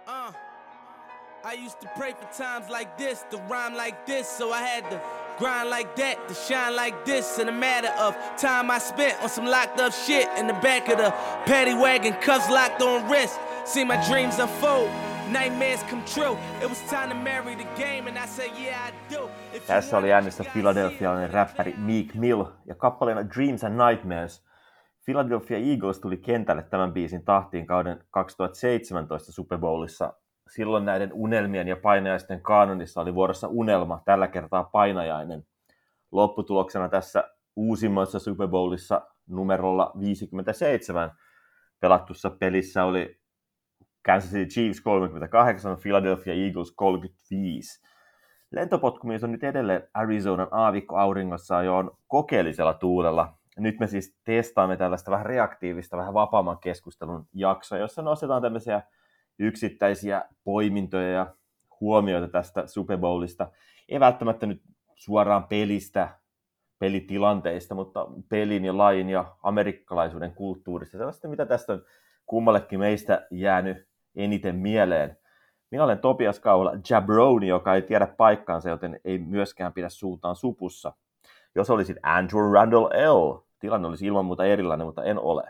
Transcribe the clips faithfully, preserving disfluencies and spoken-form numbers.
Uh, I used to pray for times like this, to rhyme like this, so I had to grind like that, to shine like this. In a matter of time I spent on some locked up shit in the back of the paddy wagon, cuffs locked on wrist. See my dreams unfold, nightmares come true. It was time to marry the game and I said yeah I do. Tässä oli äänessä philadelphialainen räppäri Meek Mill ja kappaleena Dreams and Nightmares. Philadelphia Eagles tuli kentälle tämän biisin tahtiin kauden kaksituhattaseitsemäntoista Super Bowlissa. Silloin näiden unelmien ja painajaisten kaanonissa oli vuorossa unelma, tällä kertaa painajainen. Lopputuloksena tässä uusimmassa Super Bowlissa numerolla viisikymmentäseitsemän pelattussa pelissä oli Kansas City Chiefs kolmekymmentäkahdeksan, Philadelphia Eagles kolmekymmentäviisi. Lentopotkumies on nyt edelleen Arizonan aavikko auringossa jo on kokeellisella tuulella. Nyt me siis testaamme tällaista vähän reaktiivista, vähän vapaamman keskustelun jaksoa, jossa nostetaan tämmöisiä yksittäisiä poimintoja ja huomioita tästä Super Bowlista. Ei välttämättä nyt suoraan pelistä, pelitilanteista, mutta pelin ja lajin ja amerikkalaisuuden kulttuurista. Sellaista, mitä tästä on kummallekin meistä jäänyt eniten mieleen. Minä olen Topias Kauhala, jabroni, joka ei tiedä paikkaansa, joten ei myöskään pidä suutaan supussa. Jos olisit Andrew Randall L., tilanne olisi ilman muuta erilainen, mutta en ole.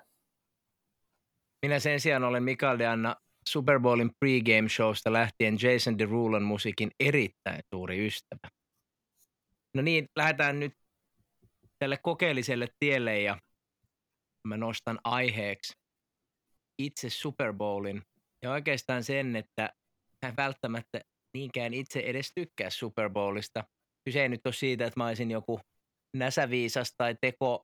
Minä sen sijaan olen Mikael de Anna Super Bowlin pregame showsta lähtien Jason Derulan musiikin erittäin suuri ystävä. No niin, lähdetään nyt tälle kokeelliselle tielle ja mä nostan aiheeksi itse Super Bowlin ja oikeastaan sen, että mä en välttämättä niinkään itse edes tykkää Super Bowlista. Kyse ei nyt ole siitä, että mä olisin joku näsäviisas tai teko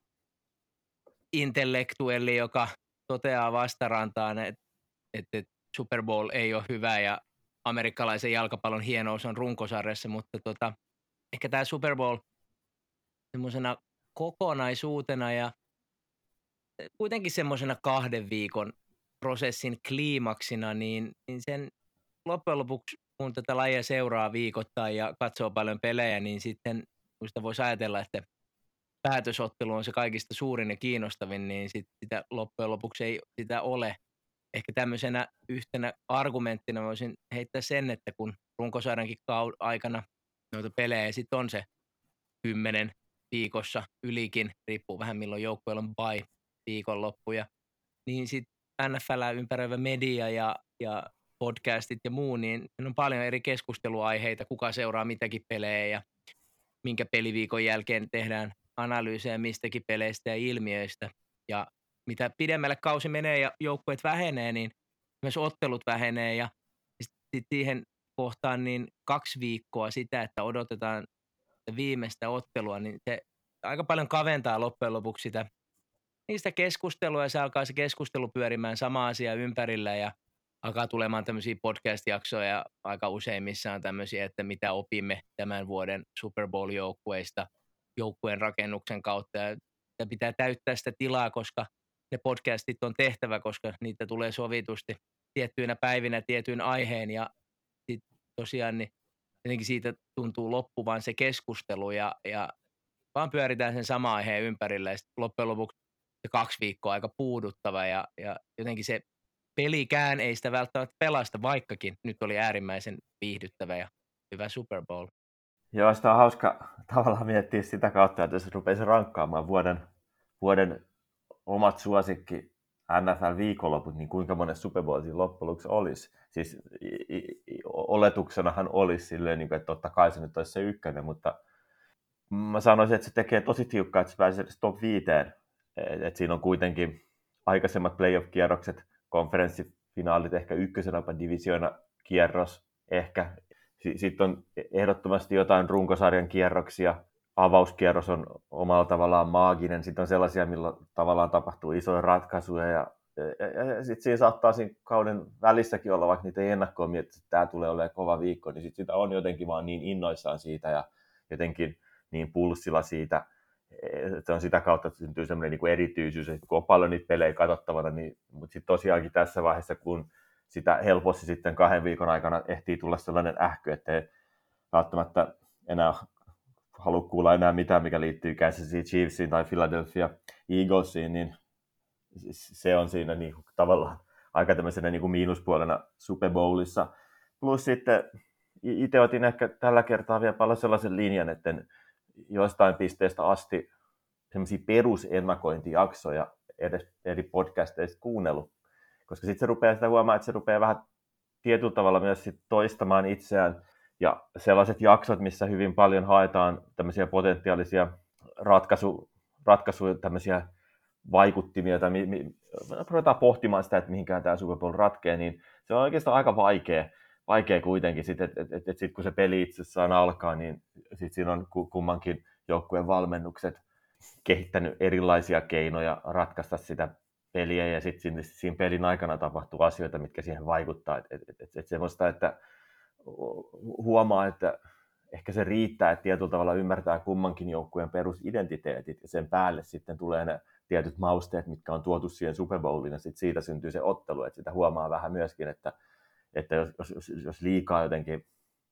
intellektuelli, joka toteaa vastarantaan, että, että Super Bowl ei ole hyvä ja amerikkalaisen jalkapallon hienous on runkosarjassa, mutta tota, ehkä tämä Super Bowl semmoisena kokonaisuutena ja kuitenkin semmoisena kahden viikon prosessin kliimaksina, niin, niin sen loppujen lopuksi, kun tätä lajia seuraa viikoittain ja katsoo paljon pelejä, niin sitten kun sitä voisi ajatella, että päätösottelu on se kaikista suurin ja kiinnostavin, niin sit sitä loppujen lopuksi ei sitä ole. Ehkä tämmöisenä yhtenä argumenttina voisin heittää sen, että kun runkosarjankin aikana noita pelejä sitten on se kymmenen viikossa ylikin, riippuu vähän milloin joukkueella on bye viikonloppuja, niin sitten N F L ympäröivä media ja, ja podcastit ja muu, niin on paljon eri keskusteluaiheita, kuka seuraa mitäkin pelejä ja minkä peliviikon jälkeen tehdään analyysejä mistäkin peleistä ja ilmiöistä. Ja mitä pidemmälle kausi menee ja joukkueet vähenee, niin myös ottelut vähenee ja sitten siihen kohtaan niin kaksi viikkoa sitä, että odotetaan viimeistä ottelua, niin se aika paljon kaventaa loppujen lopuksi sitä niistä keskustelua ja se alkaa se keskustelu pyörimään sama asia ympärillä ja alkaa tulemaan tämmöisiä podcast-jaksoja aika usein, missä on tämmöisiä, että mitä opimme tämän vuoden Super Bowl-joukkueista joukkueen rakennuksen kautta ja pitää täyttää sitä tilaa, koska ne podcastit on tehtävä, koska niitä tulee sovitusti tiettyinä päivinä tietyn aiheen ja sit tosiaan niin jotenkin siitä tuntuu loppuvan se keskustelu ja, ja vaan pyöritään sen sama aiheen ympärillä ja loppujen lopuksi se kaksi viikkoa aika puuduttava ja, ja jotenkin se pelikään ei sitä välttämättä pelasta, vaikkakin nyt oli äärimmäisen viihdyttävä ja hyvä Super Bowl. Joo, sitä on hauska tavallaan miettiä sitä kautta, että jos rupeisi rankkaamaan vuoden, vuoden omat suosikki N F L-viikonloput, niin kuinka monen Super Bowl siinä loppujen lopuksi olisi. Siis i, i, oletuksenahan olisi silleen, että totta kai se nyt olisi se ykkönen, mutta mä sanoisin, että se tekee tosi tiukkaa, että se pääsee edes top viiteen. Et siinä on kuitenkin aikaisemmat playoff-kierrokset, konferenssifinaalit, ehkä ykkösenä divisioona kierros, ehkä. Sitten on ehdottomasti jotain runkosarjan kierroksia. Avauskierros on omalla tavallaan maaginen. Sitten on sellaisia, millä tavallaan tapahtuu isoja ratkaisuja. Ja, ja, ja, ja sitten siinä saattaa siinä kauden välissäkin olla, vaikka niitä ei ennakkoon miettiä, että tämä tulee olemaan kova viikko, niin sitten sitä on jotenkin vaan niin innoissaan siitä ja jotenkin niin pulssilla siitä. Se on sitä kautta, että syntyy semmoinen niin kuin erityisyys, että kun on paljon niitä pelejä katsottavana, niin, mutta sitten tosiaankin tässä vaiheessa, kun sitä helposti sitten kahden viikon aikana ehtii tulla sellainen ähky, että ei välttämättä enää halua kuulla enää mitään, mikä liittyy Kansas City Chiefsiin tai Philadelphia Eaglesiin, niin se on siinä niin kuin tavallaan aika tämmöisenä niin kuin miinuspuolena Super Bowlissa. Plus sitten itse otin ehkä tällä kertaa vielä paljon sellaisen linjan, että jostain pisteestä asti semmoisia perusennakointijaksoja edes eri podcasteista kuunnellut, koska sitten se rupeaa sitä huomaa, että se rupeaa vähän tietyllä tavalla myös sit toistamaan itseään, ja sellaiset jaksot, missä hyvin paljon haetaan tämmöisiä potentiaalisia ratkaisu, ratkaisuja, tämmöisiä vaikuttimia, tai mi, mi, ruvetaan pohtimaan sitä, että mihinkään tämä Super Bowl ratkee, niin se on oikeastaan aika vaikea, vaikea kuitenkin, että et, et, et sit, kun se peli itsessään alkaa, niin sit siinä on kummankin joukkueen valmennukset kehittänyt erilaisia keinoja ratkaista sitä peliä, ja sitten siinä pelin aikana tapahtuu asioita, mitkä siihen vaikuttaa. Et, et, et, et semmoista, että huomaa, että ehkä se riittää, että tietyllä tavalla ymmärtää kummankin joukkueen perusidentiteetit, ja sen päälle sitten tulee ne tietyt mausteet, mitkä on tuotu siihen Super Bowliin, ja sitten siitä syntyy se ottelu, että sitä huomaa vähän myöskin, että, että jos, jos, jos liikaa jotenkin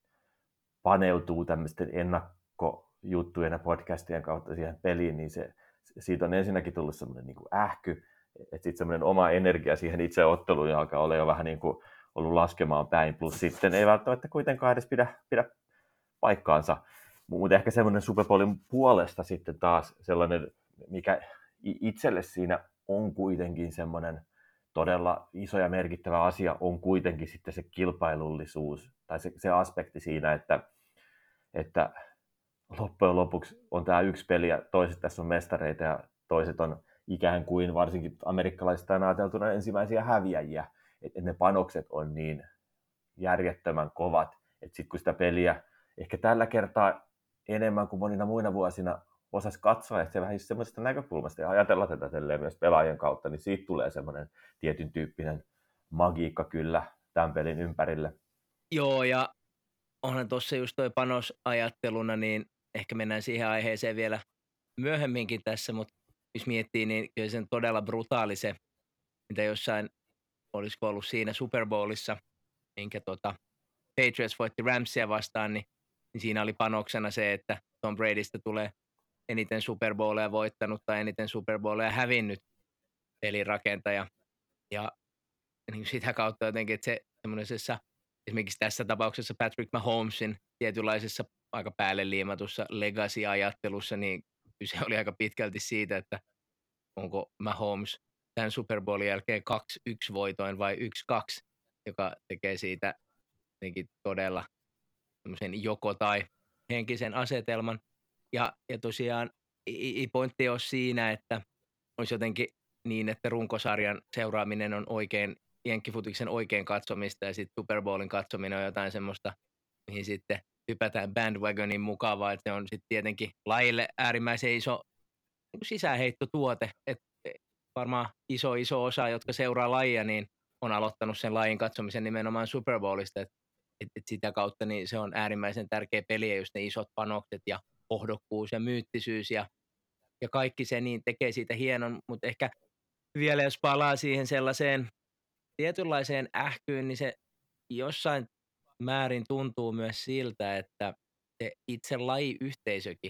paneutuu tämmöisten ennakkojuttujen ja podcastien kautta siihen peliin, niin se, siitä on ensinnäkin tullut semmoinen niin kuin ähky, että sitten semmoinen oma energia siihen itse otteluun alkaa olla jo vähän niin kuin ollut laskemaan päin, plus sitten ei välttämättä kuitenkaan edes pidä, pidä paikkaansa. Mutta ehkä semmoinen Super Bowlin puolesta sitten taas sellainen, mikä itselle siinä on kuitenkin semmoinen todella iso ja merkittävä asia, on kuitenkin sitten se kilpailullisuus, tai se, se aspekti siinä, että, että loppujen lopuksi on tämä yksi peli, ja toiset tässä on mestareita, ja toiset on ikään kuin varsinkin amerikkalaisista ajateltuna ensimmäisiä häviäjiä, että ne panokset on niin järjettömän kovat, että sitten kun sitä peliä ehkä tällä kertaa enemmän kuin monina muina vuosina osasi katsoa, että se vähän semmoisesta näkökulmasta ja ajatella tätä myös pelaajien kautta, niin siitä tulee semmoinen tietyn tyyppinen magiikka kyllä tämän pelin ympärille. Joo, ja onhan tuossa just toi panosajatteluna, niin ehkä mennään siihen aiheeseen vielä myöhemminkin tässä, mutta jos miettii, niin kyllä se on todella brutaali se, mitä jossain olisiko ollut siinä Super Bowlissa, minkä tota Patriots voitti Ramsia vastaan, niin, niin siinä oli panoksena se, että Tom Bradystä tulee eniten Super Bowleja voittanut tai eniten Super Bowleja hävinnyt pelirakentaja. Ja niin sitä kautta jotenkin, että se semmoisessa, esimerkiksi tässä tapauksessa Patrick Mahomesin tietynlaisessa aika päälle liimatussa legacy-ajattelussa, niin kyse oli aika pitkälti siitä, että onko Mahomes tämän Super Bowlin jälkeen kaksi yksi voitoin vai yksi kaksi, joka tekee siitä todella joko tai henkisen asetelman. Ja, ja tosiaan ei pointti ole siinä, että olisi jotenkin niin, että runkosarjan seuraaminen on oikein, jenkkifutiksen oikein katsomista, ja sitten Super Bowlin katsominen on jotain semmoista, mihin sitten hypätään bandwagonin mukavaa, että se on sitten tietenkin lajille äärimmäisen iso sisäänheittotuote, että varmaan iso iso osa, jotka seuraa lajia, niin on aloittanut sen lajin katsomisen nimenomaan Super Bowlista, että et, et sitä kautta niin se on äärimmäisen tärkeä peli, ja just ne isot panokset ja hohdokkuus ja myyttisyys ja, ja kaikki se niin tekee siitä hienon, mutta ehkä vielä jos palaa siihen sellaiseen tietynlaiseen ähkyyn, niin se jossain määrin tuntuu myös siltä, että se itse lajiyhteisökin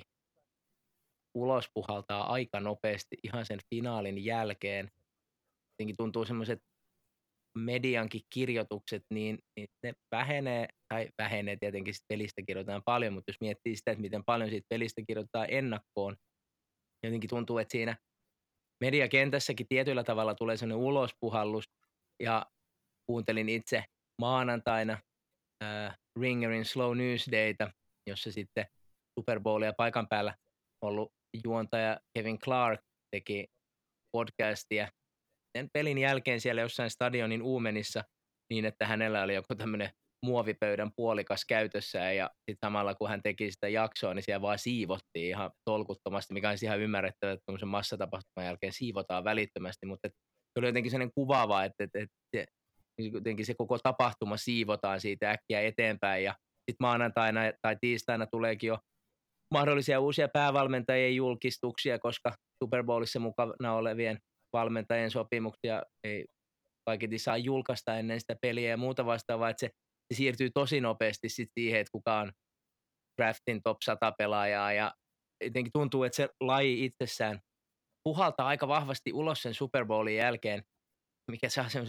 ulos puhaltaa aika nopeasti ihan sen finaalin jälkeen. Jotenkin tuntuu semmoiset mediankin kirjoitukset, niin, niin ne vähenee, tai vähenee tietenkin sit pelistä kirjoitetaan paljon, mutta jos miettii sitä, että miten paljon siitä pelistä kirjoitetaan ennakkoon, jotenkin tuntuu, että siinä mediakentässäkin tietyllä tavalla tulee semmoinen ulospuhallus, ja kuuntelin itse maanantaina äh, Ringerin Slow News Dayta, jossa sitten Super Bowlia paikan päällä ollut juontaja Kevin Clark teki podcastia sen pelin jälkeen siellä jossain stadionin uumenissa niin, että hänellä oli joku tämmöinen muovipöydän puolikas käytössään, ja sitten samalla kun hän teki sitä jaksoa, niin siellä vaan siivottiin ihan tolkuttomasti, mikä on ihan ymmärrettävä, että tuollaisen massatapahtuman jälkeen siivotaan välittömästi, mutta se oli jotenkin sellainen kuvaava, että, että, että jotenkin se koko tapahtuma siivotaan siitä äkkiä eteenpäin, ja sitten maanantaina tai tiistaina tuleekin jo mahdollisia uusia päävalmentajien julkistuksia, koska Super Bowlissa mukana olevien valmentajien sopimuksia ei kaiketi saa julkaista ennen sitä peliä ja muuta vastaavaa, että se, se siirtyy tosi nopeasti sit siihen, että kuka on draftin top sata pelaajaa, ja jotenkin tuntuu, että se laji itsessään puhaltaa aika vahvasti ulos sen Super Bowlin jälkeen, mikä saa semmoisen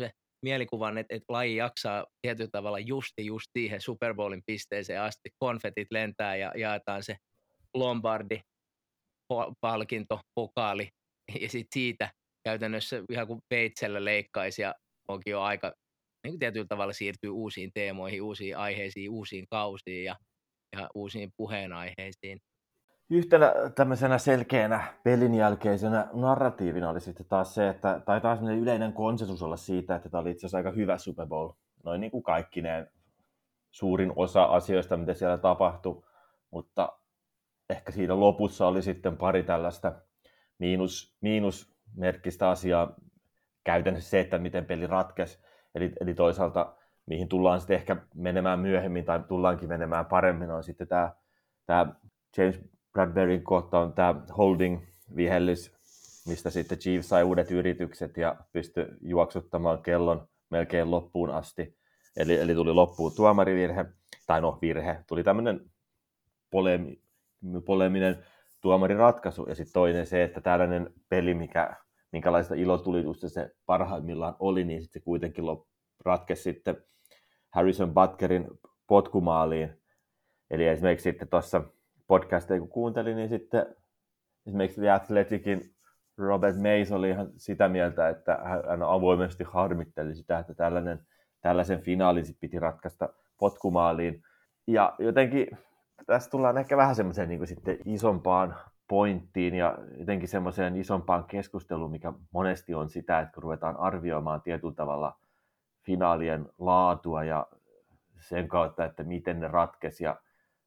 mielikuvan, että, että laji jaksaa tietyllä tavalla justi just siihen Super Bowlin pisteeseen asti. Konfetit lentää ja jaetaan se Lombardi palkinto, pokaali, ja sitten siitä käytännössä ihan kuin veitsellä leikkaisi ja onkin jo aika niin kuin tietyllä tavalla siirtyy uusiin teemoihin, uusiin aiheisiin, uusiin kausiin ja, ja uusiin puheenaiheisiin. Yhtenä tämmöisenä selkeänä pelin jälkeisenä narratiivina oli sitten taas se, että taitaa sellainen yleinen konsensus olla siitä, että tämä oli itse asiassa aika hyvä Super Bowl. Noin niin kuin kaikkineen suurin osa asioista, mitä siellä tapahtui, mutta ehkä siinä lopussa oli sitten pari tällaista miinus, miinusmerkkistä asiaa. Käytännössä se, että miten peli ratkesi. Eli, eli toisaalta, mihin tullaan sitten ehkä menemään myöhemmin tai tullaankin menemään paremmin, on sitten tämä, tämä James Bradburyn kohta on tämä holding-vihellys, mistä sitten Chiefs sai uudet yritykset ja pystyi juoksuttamaan kellon melkein loppuun asti. Eli, eli tuli loppuun tuomarivirhe, tai no virhe, tuli tämmöinen poleemi, poleeminen tuomariratkaisu. Ja sitten toinen se, että tällainen peli, mikä, minkälaista ilotulitusta se parhaimmillaan oli, niin sitten se kuitenkin ratkesi sitten Harrison Butkerin potkumaaliin. Eli esimerkiksi sitten tuossa podcasteja kun kuuntelin, niin sitten esimerkiksi The Athleticin Robert Mays oli ihan sitä mieltä, että hän avoimesti harmitteli sitä, että tällainen, tällaisen finaalin piti ratkaista potkumaaliin. Ja jotenkin tässä tullaan ehkä vähän semmoiseen niin kuin sitten isompaan pointtiin ja jotenkin semmoiseen isompaan keskusteluun, mikä monesti on sitä, että kun ruvetaan arvioimaan tietyllä tavalla finaalien laatua ja sen kautta, että miten ne ratkesi ja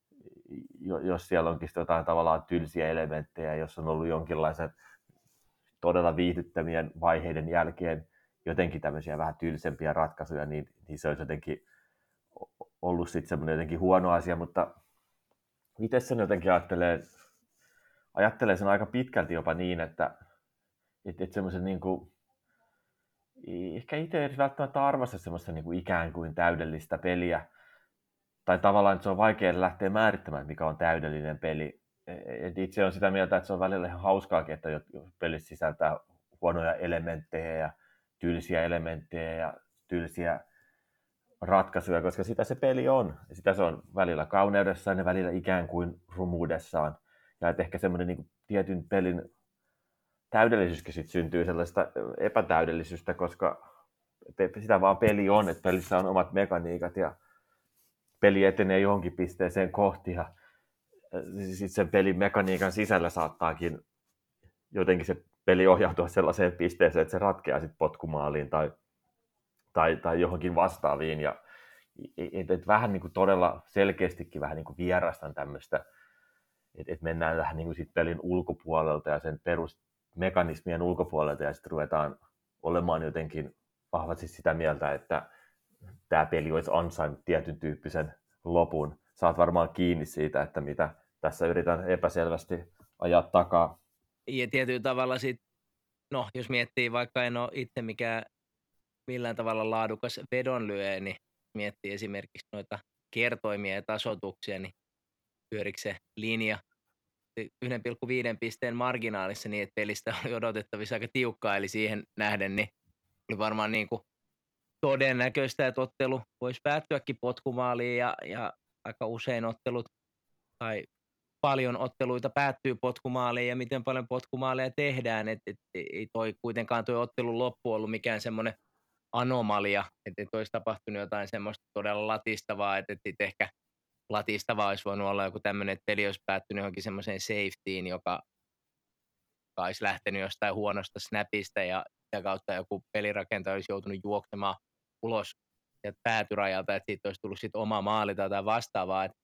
jos siellä onkin jotain tavallaan tylsiä elementtejä, jos on ollut jonkinlaisen todella viihdyttävien vaiheiden jälkeen jotenkin tämmöisiä vähän tylsempiä ratkaisuja, niin, niin se olisi jotenkin ollut sitten semmoinen jotenkin huono asia, mutta itse sen jotenkin ajattelee, ajattelee sen aika pitkälti jopa niin, että, että, että semmoisen niin kuin, ehkä itse ei välttämättä arvosta semmoista niin kuin ikään kuin täydellistä peliä, tai tavallaan, että se on vaikea lähteä määrittämään, mikä on täydellinen peli. Et itse on sitä mieltä, että se on välillä ihan hauskaakin, että pelissä sisältää huonoja elementtejä ja tylsiä elementtejä ja tylsiä ratkaisuja, koska sitä se peli on. Ja sitä se on välillä kauneudessaan ja välillä ikään kuin rumuudessaan. Ja että ehkä semmoinen niin kuin tietyn pelin täydellisyyskin sit syntyy sellaista epätäydellisyystä, koska sitä vaan peli on, että pelissä on omat mekaniikat ja peli etenee johonkin pisteeseen kohti ja sitten sen pelin mekaniikan sisällä saattaakin jotenkin se peli ohjautua sellaiseen pisteeseen, että se ratkeaa sitten potkumaaliin tai, tai, tai johonkin vastaaviin. Ja, et, et vähän niin kuin todella selkeästikin vähän niin kuin vierastan tämmöistä, että et mennään vähän niin kuin sit pelin ulkopuolelta ja sen perusmekanismien ulkopuolelta ja sitten ruvetaan olemaan jotenkin vahvasti sitä mieltä, että tämä peli olisi ansainnut tietyn tyyppisen lopun. Saat varmaan kiinni siitä, että mitä tässä yritän epäselvästi ajaa takaa. Ja tietyllä tavalla sitten, no jos miettii, vaikka en ole itse mikään millään tavalla laadukas vedonlyöjä, niin miettii esimerkiksi noita kertoimia ja tasoituksia, niin pyörikö se linja yksi pilkku viisi pisteen marginaalissa niin, että pelistä oli odotettavissa aika tiukkaa, eli siihen nähden niin oli varmaan niin kuin todennäköistä, että ottelu voisi päättyäkin potkumaaliin ja, ja aika usein ottelut tai paljon otteluita päättyy potkumaaliin ja miten paljon potkumaaleja tehdään, että et, ei toi kuitenkaan tuo ottelun loppu ollut mikään semmoinen anomalia, että et olisi tapahtunut jotain semmoista todella latistavaa, että et, et ehkä latistavaa olisi voinut olla joku tämmöinen, että peli olisi päättynyt johonkin semmoiseen safetyin, joka, joka olisi lähtenyt jostain huonosta snapista ja sitä kautta joku pelirakentaja olisi joutunut juoksemaan ulos sieltä päätyrajalta, että siitä olisi tullut sitten oma maali tai jotain vastaavaa. Että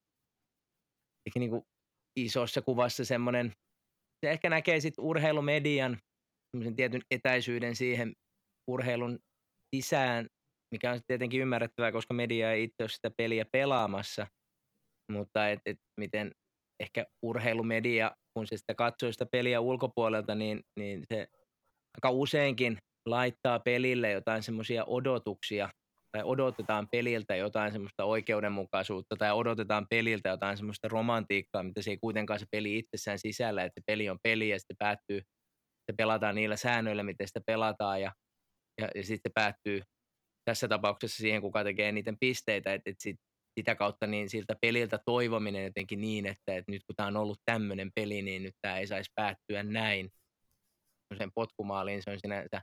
ehkä niin kuin isossa kuvassa semmoinen, se ehkä näkee sitten urheilumedian semmoisen tietyn etäisyyden siihen urheilun sisään, mikä on tietenkin ymmärrettävää, koska media ei itse ole sitä peliä pelaamassa, mutta et, et miten ehkä urheilumedia, kun se sitä katsoo sitä peliä ulkopuolelta, niin, niin se aika useinkin laittaa pelille jotain semmoisia odotuksia, tai odotetaan peliltä jotain semmoista oikeudenmukaisuutta, tai odotetaan peliltä jotain semmoista romantiikkaa, mitä se ei kuitenkaan se peli itsessään sisällä, että se peli on peli, ja sitten päättyy, se pelataan niillä säännöillä, miten sitä pelataan, ja, ja, ja sitten päättyy tässä tapauksessa siihen, kuka tekee eniten pisteitä, että et sit, sitä kautta niin siltä peliltä toivominen jotenkin niin, että et nyt kun tämä on ollut tämmöinen peli, niin nyt tämä ei saisi päättyä näin. Sen potkumaaliin se on sinänsä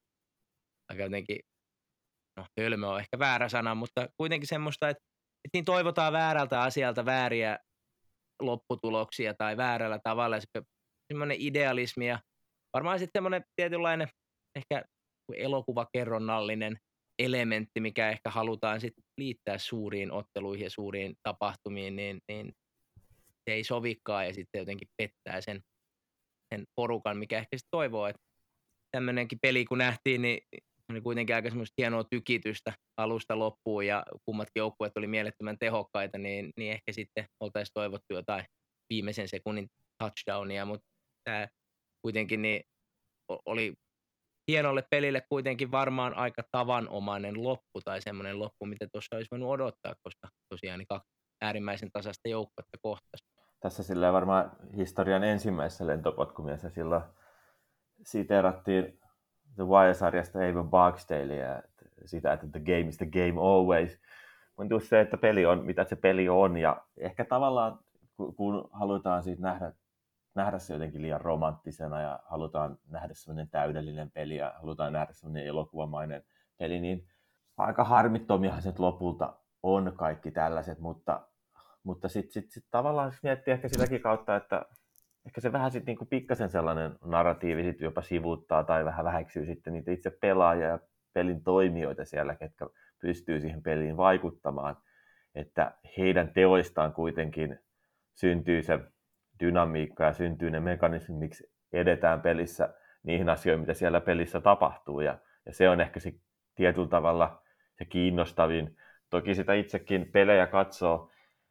aika jotenkin, no hölmö on ehkä väärä sana, mutta kuitenkin semmoista, että, että niin toivotaan väärältä asialta vääriä lopputuloksia tai väärällä tavalla. Se semmoinen idealismi ja varmaan sitten semmoinen tietynlainen ehkä elokuvakerronnallinen elementti, mikä ehkä halutaan sitten liittää suuriin otteluihin ja suuriin tapahtumiin, niin, niin se ei sovikaan ja sitten jotenkin pettää sen, sen porukan, mikä ehkä sitten toivoo, että tämmöinenkin peli kun nähtiin, niin oli kuitenkin aika semmoista hienoa tykitystä alusta loppuun ja kummatkin joukkueet oli mielettömän tehokkaita, niin, niin ehkä sitten oltaisiin toivottu jotain viimeisen sekunnin touchdownia, mutta tämä kuitenkin niin oli hienolle pelille kuitenkin varmaan aika tavanomainen loppu tai semmoinen loppu, mitä tuossa olisi voinut odottaa, koska tosiaan niin kaksi äärimmäisen tasaista joukkuetta kohtasi. Tässä silleen varmaan historian ensimmäisessä lentopotkumiessa silloin siteerattiin The Wire-sarjasta Avon Barksdalea, sitä, että the game is the game always. Mutta just se, että peli on, mitä se peli on, ja ehkä tavallaan, kun halutaan siitä nähdä, nähdä se jotenkin liian romanttisena, ja halutaan nähdä semmoinen täydellinen peli, ja halutaan nähdä semmoinen elokuvamainen peli, niin aika harmittomiahan se lopulta on kaikki tällaiset, mutta, mutta sitten sit, sit tavallaan miettii ehkä sitäkin kautta, että ehkä se vähän sitten niinku pikkasen sellainen narratiivi sit jopa sivuuttaa tai vähän väheksyy sitten niitä itse pelaajia ja pelin toimijoita siellä, ketkä pystyy siihen peliin vaikuttamaan, että heidän teoistaan kuitenkin syntyy se dynamiikka ja syntyy ne mekanismit, miksi edetään pelissä niihin asioihin, mitä siellä pelissä tapahtuu, ja, ja se on ehkä se tietyllä tavalla se kiinnostavin. Toki sitä itsekin pelejä katsoo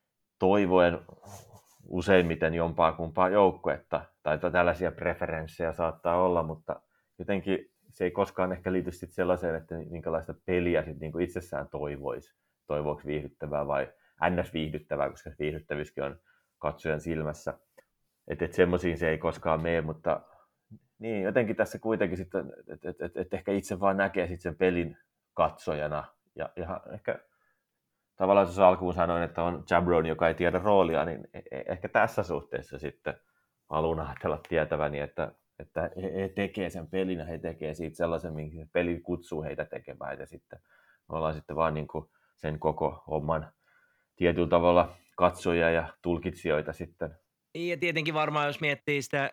toivoen useimmiten jompaa kumpaa joukkuetta, tai tällaisia preferenssejä saattaa olla, mutta jotenkin se ei koskaan ehkä liity sit sellaiseen, että minkälaista peliä sit niinku itsessään toivoisi. Toivoiko viihdyttävää vai ns. Viihdyttävää, koska viihdyttävyyskin on katsojan silmässä. Että et semmoisiin se ei koskaan mene, mutta niin, jotenkin tässä kuitenkin sitten, että et, et, et ehkä itse vaan näkee sit sen pelin katsojana. Ja, ja ehkä tavallaan jos alkuun sanoin, että on Jabron, joka ei tiedä roolia, niin ehkä tässä suhteessa sitten haluan ajatella tietäväni, että, että he tekee sen pelin ja he tekee siitä sellaisen, minkä peli kutsuu heitä tekemään. Ja sitten me ollaan sitten vaan niin kuin sen koko homman tietyllä tavalla katsojia ja tulkitsijoita sitten. Ja tietenkin varmaan, jos miettii sitä,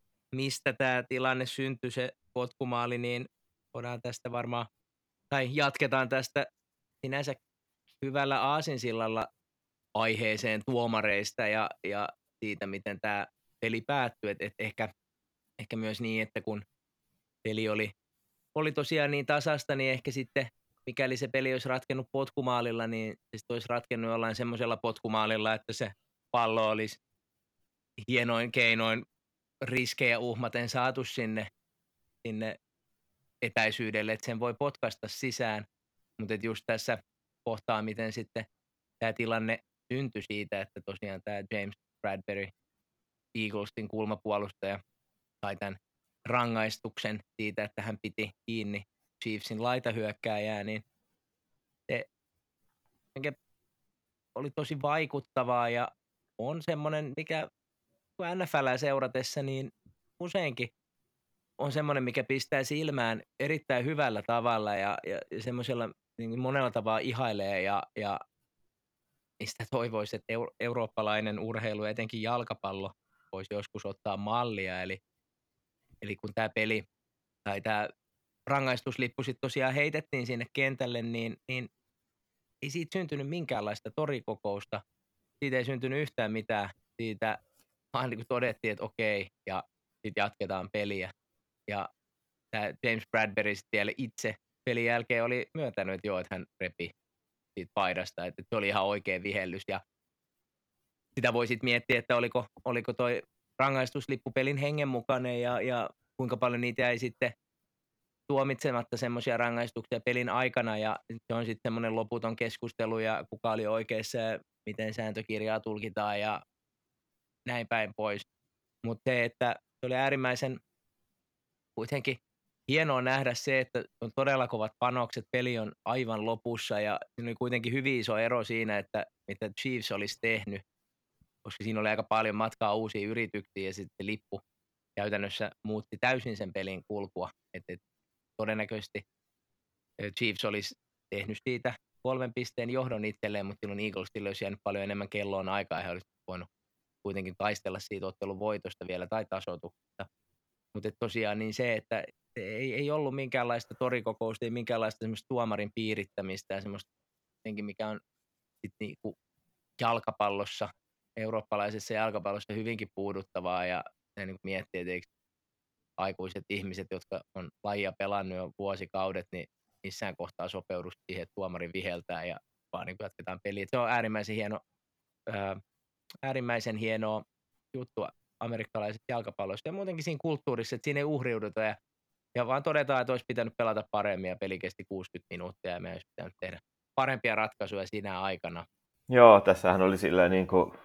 mistä tämä tilanne syntyi, se potkumaali, niin voidaan tästä varmaan, tai jatketaan tästä sinänsä hyvällä aasinsillalla aiheeseen tuomareista ja, ja siitä, miten tämä peli päättyi. Et, et ehkä, ehkä myös niin, että kun peli oli, oli tosiaan niin tasasta, niin ehkä sitten, mikäli se peli olisi ratkennut potkumaalilla, niin se olisi ratkennut jollain semmoisella potkumaalilla, että se pallo olisi hienoin keinoin riskejä uhmaten saatu sinne, sinne etäisyydelle, että sen voi potkaista sisään. Mutta just tässä kohtaa, miten sitten tämä tilanne syntyi siitä, että tosiaan tämä James Bradbury, Eaglesin kulmapuolustaja, sai tämän rangaistuksen siitä, että hän piti kiinni Chiefsin laitahyökkääjää, niin se oli tosi vaikuttavaa ja on semmoinen, mikä N F L seuratessa, niin useinkin on semmoinen, mikä pistää silmään erittäin hyvällä tavalla ja, ja, ja semmoisella niin monella tavalla ihailee ja, ja mistä toivoisi, että euro- eurooppalainen urheilu, etenkin jalkapallo, voisi joskus ottaa mallia. Eli, eli kun tämä peli tai tämä rangaistuslippu sitten tosiaan heitettiin sinne kentälle, niin, niin ei siitä syntynyt minkäänlaista torikokousta. Siitä ei syntynyt yhtään mitään. Siitä vaan niin kuin todettiin, että okei, ja sitten jatketaan peliä. Ja tämä James Bradbury sitten vielä itse pelin jälkeen oli myöntänyt, että joo, että hän repi siitä paidasta, että se oli ihan oikea vihellys. Ja sitä voi sitten miettiä, että oliko, oliko toi rangaistuslippu pelin hengen mukainen ja, ja kuinka paljon niitä jäi sitten tuomitsematta semmoisia rangaistuksia pelin aikana. Ja se on sitten semmoinen loputon keskustelu ja kuka oli oikeassa ja miten sääntökirjaa tulkitaan ja näin päin pois. Mutta se, että se oli äärimmäisen kuitenkin hienoa nähdä se, että on todella kovat panokset, peli on aivan lopussa ja siinä oli kuitenkin hyvin iso ero siinä, että mitä Chiefs olisi tehnyt, koska siinä oli aika paljon matkaa uusiin yrityksiin ja sitten lippu käytännössä muutti täysin sen pelin kulkua. Et, et, todennäköisesti Chiefs olisi tehnyt siitä kolmen pisteen johdon itselleen, mutta silloin Eaglesille olisi jäänyt paljon enemmän kelloon aikaa ja he olisivat voinut kuitenkin taistella siitä ottelun voitosta vielä tai tasoituksesta. Mutta tosiaan niin se, että ei, ei ollut minkäänlaista torikokousta, ei minkäänlaista semmoista tuomarin piirittämistä ja semmoista, mikä on sit niinku jalkapallossa, eurooppalaisessa jalkapallossa hyvinkin puuduttavaa ja, ja niin miettii, että eikö aikuiset ihmiset, jotka on lajia pelannut jo vuosikaudet, niin missään kohtaa sopeudu siihen, että tuomari viheltää ja vaan niin jatketaan peliä. Se on äärimmäisen hieno, ää, äärimmäisen hienoa juttua amerikkalaisessa jalkapallossa ja muutenkin siinä kulttuurissa, että siinä ei uhriuduta ja, ja vaan todetaan, että olisi pitänyt pelata paremmin ja peli kesti kuusikymmentä minuuttia ja meidän olisi pitänyt tehdä parempia ratkaisuja siinä aikana. Joo, tässähän oli silleen niin kuin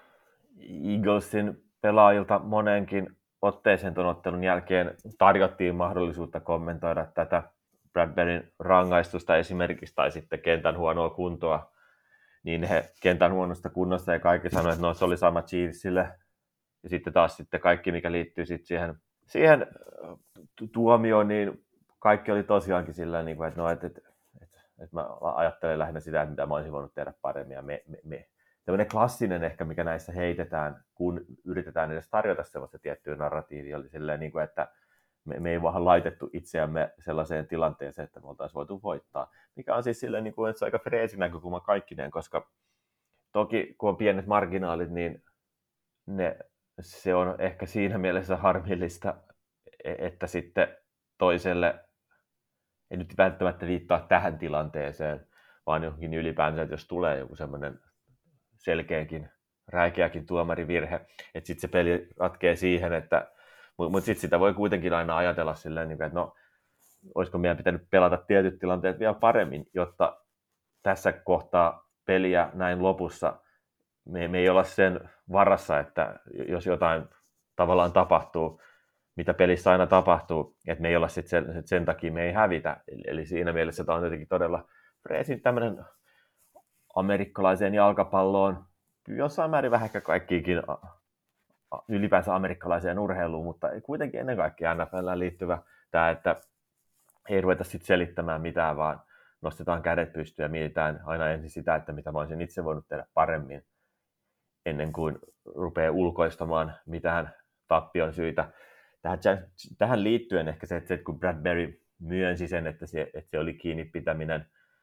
Eaglesin pelaajilta monenkin otteeseen tuon ottelun jälkeen tarjottiin mahdollisuutta kommentoida tätä Bradburyn rangaistusta esimerkiksi tai sitten kentän huonoa kuntoa, niin he kentän huonosta kunnosta ja kaikki sanoivat, että no, se oli sama Chiefsille. Ja sitten taas sitten kaikki, mikä liittyy sitten siihen, siihen tuomioon, niin kaikki oli tosiaankin sillä, että no, että, että, että, että mä ajattelen lähinnä sitä, että mitä mä olisin voinut tehdä paremmin. Ja me, me, me. Tällainen klassinen ehkä, mikä näissä heitetään, kun yritetään edes tarjota sellaista tiettyä narratiivia, oli silleen, että me, me ei vaan laitettu itseämme sellaiseen tilanteeseen, että me oltaisiin voitu voittaa. Mikä on siis silleen, että se on aika freesi näkökulma kaikkineen, koska toki kun on pienet marginaalit, niin ne, se on ehkä siinä mielessä harmillista, että sitten toiselle ei nyt välttämättä viittaa tähän tilanteeseen, vaan johonkin ylipäänsä, että jos tulee joku semmoinen selkeäkin, räikeäkin tuomarivirhe, että sitten se peli ratkee siihen, että mutta mut sitten sitä voi kuitenkin aina ajatella silleen, että no, olisiko meidän pitänyt pelata tietyt tilanteet vielä paremmin, jotta tässä kohtaa peliä näin lopussa me, me ei olla sen varassa, että jos jotain tavallaan tapahtuu, mitä pelissä aina tapahtuu, että me ei olla sitten sen, sen takia me ei hävitä. Eli siinä mielessä tämä on jotenkin todella freesin tämmöinen amerikkalaiseen jalkapalloon, jossain määrin vähän ehkä kaikkiikin ylipäänsä amerikkalaiseen urheiluun, mutta kuitenkin ennen kaikkea N F L:ään liittyvä tämä, että ei ruveta sitten selittämään mitään, vaan nostetaan kädet pystyyn ja mietitään aina ensin sitä, että mitä mä olisin itse voinut tehdä paremmin, ennen kuin rupeaa ulkoistamaan mitään tappion syitä. Tähän, tähän liittyen ehkä se, että kun Bradbury myönsi sen, että se, että se oli kiinni pitäminen,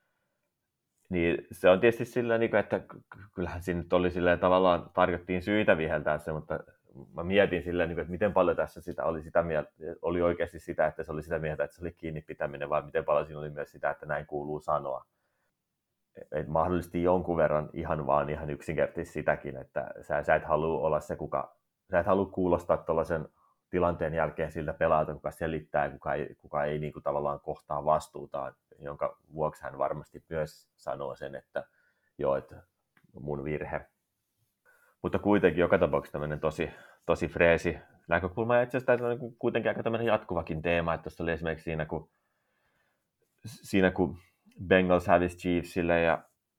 niin se on tietysti sillä, että kyllähän siinä nyt oli sillä tavallaan tarjottiin syitä viheltää se, mutta mä mietin sillä, että miten paljon tässä sitä oli, sitä mieltä, oli oikeasti sitä, että se oli sitä mieltä, että se oli kiinni pitäminen, vai miten paljon siinä oli myös sitä, että näin kuuluu sanoa. Et mahdollisesti jonkun verran ihan vaan ihan yksinkertaisesti sitäkin, että sä, sä et halua olla se, kuka, sä et halua kuulostaa tuollaisen tilanteen jälkeen siltä pelaajalta, kuka selittää, kuka ei, kuka ei niin kuin tavallaan kohtaa vastuutaan, jonka vuoksi hän varmasti myös sanoo sen, että joo, että mun virhe. Mutta kuitenkin joka tapauksessa tämmöinen tosi, tosi freesi näkökulma, ja itse asiassa tämä on kuitenkin aika tämmöinen jatkuvakin teema, että tuossa oli esimerkiksi siinä, kun, siinä, kun Bengals hävisi Chiefsille, ja,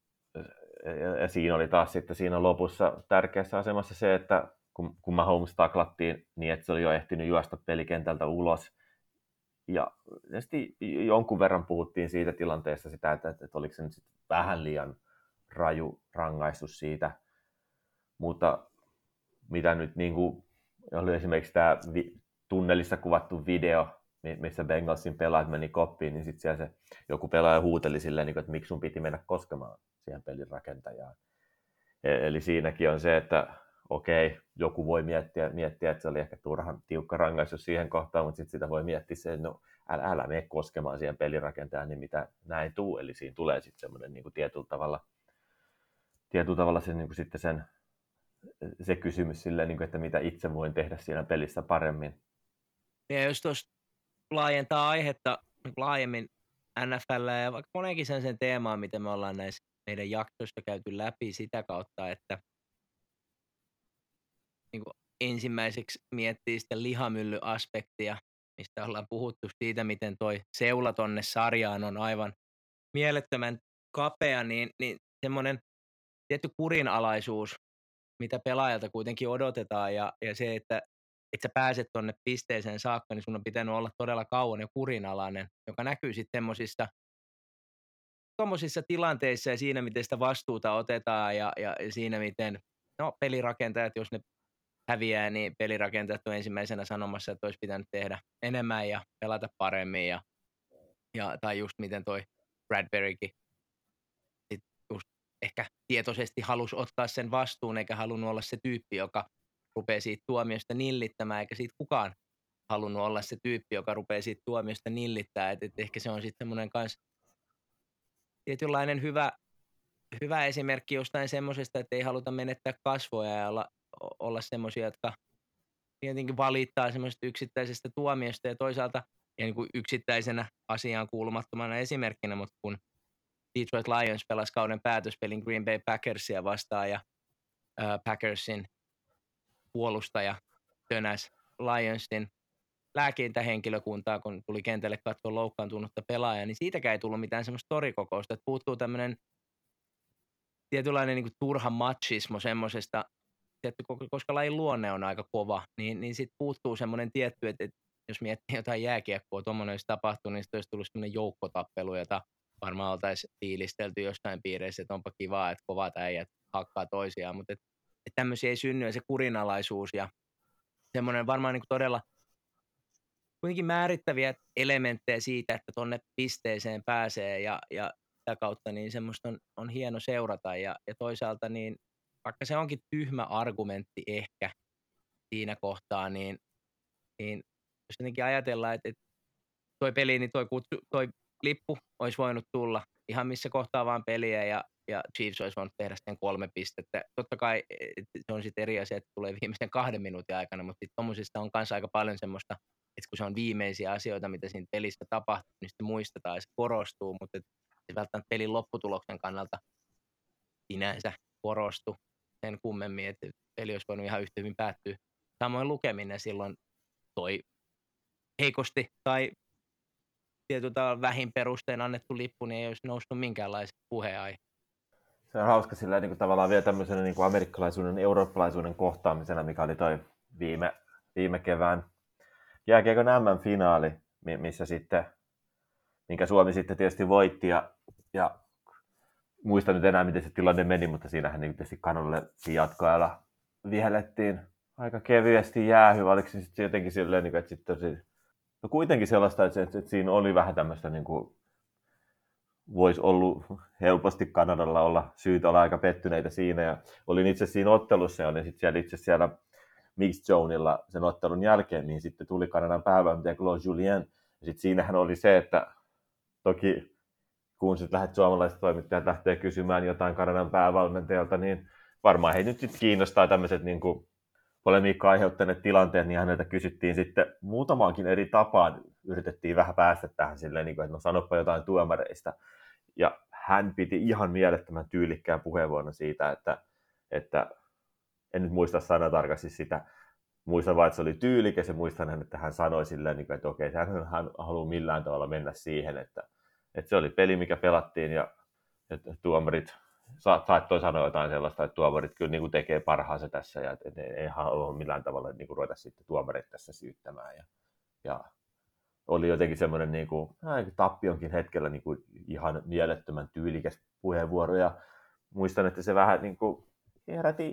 ja, ja siinä oli taas sitten siinä lopussa tärkeässä asemassa se, että kun, kun Mahomes taklattiin niin, että se oli jo ehtinyt juosta pelikentältä ulos. Ja sitten jonkun verran puhuttiin siitä tilanteesta sitä, että, että, että oliko se nyt sit vähän liian raju rangaistus siitä. Mutta mitä nyt niin kuin, oli esimerkiksi tämä vi, tunnelissa kuvattu video, missä Bengalsin pelaajat meni koppiin, niin sitten siellä se joku pelaaja huuteli silleen, että miksi sun piti mennä koskemaan siihen pelin rakentajaan. Eli siinäkin on se, että okei, joku voi miettiä, miettiä, että se oli ehkä turhan tiukka rangaistus siihen kohtaan, mutta sitten sitä voi miettiä se, että no älä, älä mene koskemaan siihen pelirakentajaan, niin mitä näin tuu. Eli siinä tulee sitten semmoinen niin kuin tietyllä tavalla, tietyllä tavalla se, niin kuin sitten sen, se kysymys silleen, niin kuin, että mitä itse voin tehdä siinä pelissä paremmin. Ja jos tuossa laajentaa aihetta laajemmin N F L ja vaikka monenkin sen, sen teemaan, mitä me ollaan näissä meidän jaksoissa käyty läpi sitä kautta, että niin kuin ensimmäiseksi miettii sitä lihamyllyaspektia, mistä ollaan puhuttu siitä, miten toi seula tonne sarjaan on aivan mielettömän kapea, niin, niin semmoinen tietty kurinalaisuus, mitä pelaajalta kuitenkin odotetaan, ja, ja se, että, että sä pääset tonne pisteeseen saakka, niin sun on pitänyt olla todella kauan ja kurinalainen, joka näkyy sitten semmoisissa tuommoisissa tilanteissa ja siinä, miten sitä vastuuta otetaan ja, ja, ja siinä, miten no, pelirakentajat, jos ne häviää, niin pelirakentajat on ensimmäisenä sanomassa, että olisi pitänyt tehdä enemmän ja pelata paremmin. Ja, ja, tai just miten toi Bradburykin sit just ehkä tietoisesti halusi ottaa sen vastuun, eikä halunnut olla se tyyppi, joka rupeaa siitä tuomiosta nillittämään, eikä siitä kukaan halunnut olla se tyyppi, joka rupeaa siitä tuomiosta nillittämään. Et, et ehkä se on sitten semmoinen kans tietynlainen hyvä, hyvä esimerkki jostain semmoisesta, että ei haluta menettää kasvoja ja olla, olla semmoisia, jotka tietenkin valittaa semmoisesta yksittäisestä tuomiosta ja toisaalta ja niin kuin yksittäisenä asiaan kuulumattomana esimerkkinä, mutta kun Detroit Lions pelasi kauden päätöspelin Green Bay Packersia vastaan ja äh, Packersin puolustaja tönäs Lionsin lääkintähenkilökuntaa, kun tuli kentälle katsoa loukkaantunutta pelaajaa, niin siitäkään ei tullut mitään semmoista torikokousta, että puuttuu tämmöinen tietynlainen niin kuin turha machismo semmoisesta, koska lajin luonne on aika kova, niin, niin sitten puuttuu semmoinen tietty, että, että jos miettii jotain jääkiekkoa, tuommoinen olisi tapahtunut, niin sitten olisi tullut semmoinen joukkotappelu, jota varmaan oltaisiin fiilistelty jostain piireissä, että onpa kivaa, että kovat äijät hakkaa toisiaan, mutta että, että tämmöisiä ei synny, ja se kurinalaisuus ja semmoinen varmaan niin kuin todella kuitenkin määrittäviä elementtejä siitä, että tonne pisteeseen pääsee ja, ja sitä kautta niin semmoista on, on hieno seurata ja, ja toisaalta niin vaikka se onkin tyhmä argumentti ehkä siinä kohtaa, niin, niin jos jotenkin ajatellaan, että, että toi peli, niin toi, kutsu, toi lippu olisi voinut tulla ihan missä kohtaa vaan peliä ja, ja Chiefs olisi voinut tehdä sen kolme pistettä. Totta kai se on sitten eri asia, että tulee viimeisen kahden minuutin aikana, mutta sitten tommosista on kanssa aika paljon semmoista, että kun se on viimeisiä asioita, mitä siinä pelissä tapahtuu, niin sitten muistetaan ja se korostuu, mutta se välttämättä pelin lopputuloksen kannalta sinänsä korostu sen kummemmin, että peli olisi voinut ihan yhtä hyvin päättyä. Samoin lukeminen silloin toi heikosti tai tietyllä vähin perustein annettu lippu, niin ei olisi noussut minkäänlaisen puheenaihe. Se on hauska sillä niin kuin tavallaan vielä tämmöisenä niin kuin amerikkalaisuuden, eurooppalaisuuden kohtaamisena, mikä oli toi viime, viime kevään jääkiekon M M-finaali, missä sitten, minkä Suomi sitten tietysti voitti ja, ja muista nyt enää, miten se tilanne meni, mutta siinähän niin tietysti Kanadalle jatkoajalla vihellettiin aika kevyesti jäähy, oliko se sitten jotenkin silleen, että sitten tosi, no kuitenkin sellaista, että, että siinä oli vähän tämmöistä, niin kuin, voisi ollut helposti Kanadalla olla syytä olla aika pettyneitä siinä, ja olin itse siinä ottelussa, ja olin sitten siellä itse siellä Mixed Zoneilla sen ottelun jälkeen, niin sitten tuli Kanadan päävalmentaja Claude Julien, ja sitten siinähän oli se, että toki kun sitten lähdet suomalaiset toimittajat lähtee kysymään jotain Kanadan päävalmentajalta, niin varmaan he nyt sitten kiinnostaa tämmöiset niin kuin polemiikkaa aiheuttaneet tilanteet, niin häneltä kysyttiin sitten muutamaankin eri tapaan, yritettiin vähän päästä tähän silleen, että no sanoppa jotain tuomareista. Ja hän piti ihan mielettömän tyylikkään puheenvuoron siitä, että, että en nyt muista sanatarkasti sitä, muistan vaan, että se oli tyylikäs ja muistan, että hän sanoi silleen, että okei, hän, hän haluaa millään tavalla mennä siihen, että, että se oli peli, mikä pelattiin ja että tuomarit saattoi sanoa jotain sellaista, että tuomarit kyllä niin kuin tekee parhaansa tässä ja että ei halua millään tavalla niin kuin ruveta sitten tuomarit tässä syyttämään. Ja, ja oli jotenkin semmoinen niin kuin, tappionkin hetkellä niin kuin ihan mielettömän tyylikäs puheenvuoro ja muistan, että se vähän niin kuin heräti,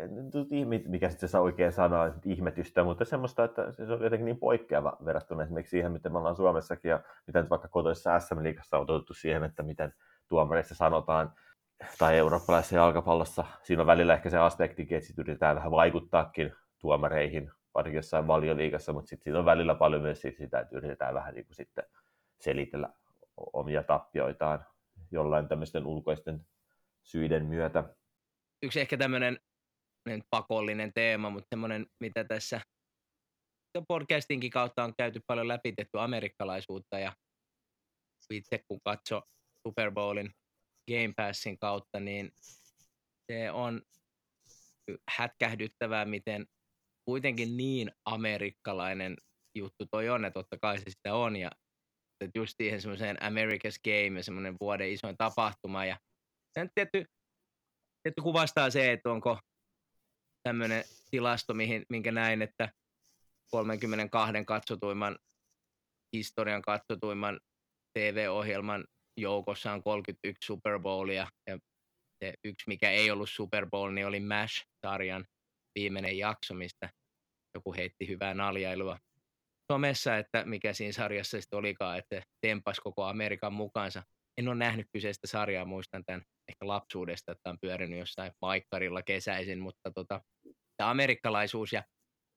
mikä sitten se oikein sanoo, ihmetystä, mutta semmoista, että se on jotenkin niin poikkeava verrattuna esimerkiksi siihen, miten me ollaan Suomessakin ja mitä nyt vaikka kotoisessa S M-liigassa on totuttu siihen, että miten tuomareissa sanotaan tai eurooppalaisessa jalkapallossa. Siinä on välillä ehkä se aspektikin, että sitten yritetään vähän vaikuttaakin tuomareihin, varsinkin jossain Valioliigassa, mutta sitten siinä on välillä paljon myös sitä, että yritetään vähän niin kuin sitten selitellä omia tappioitaan jollain tämmöisten ulkoisten syiden myötä. Yksi ehkä tämmöinen pakollinen teema, mutta semmoinen, mitä tässä podcastinkin kautta on käyty paljon läpitetty amerikkalaisuutta ja itse kun katso Super Bowlin Game Passin kautta, niin se on hätkähdyttävää, miten kuitenkin niin amerikkalainen juttu toi on, että totta kai se sitä on. Ja että just siihen semmoiseen America's Game ja semmoinen vuoden isoin tapahtuma. Ja se nyt tietty, tietty kuvastaa se, että onko tämmöinen tilasto, mihin, minkä näin, että kolmekymmentäkaksi katsotuimman, historian katsotuimman T V-ohjelman joukossa on kolmekymmentäyksi Super Bowlia. Ja se yksi, mikä ei ollut Super Bowl, niin oli MASH-sarjan viimeinen jakso, mistä joku heitti hyvää naljailua somessa, että mikä siinä sarjassa sitten olikaan, että tempas koko Amerikan mukaansa. En ole nähnyt kyseistä sarjaa, muistan tämän ehkä lapsuudesta, että on pyörinyt jossain maikkarilla kesäisin, mutta tota, tämä amerikkalaisuus ja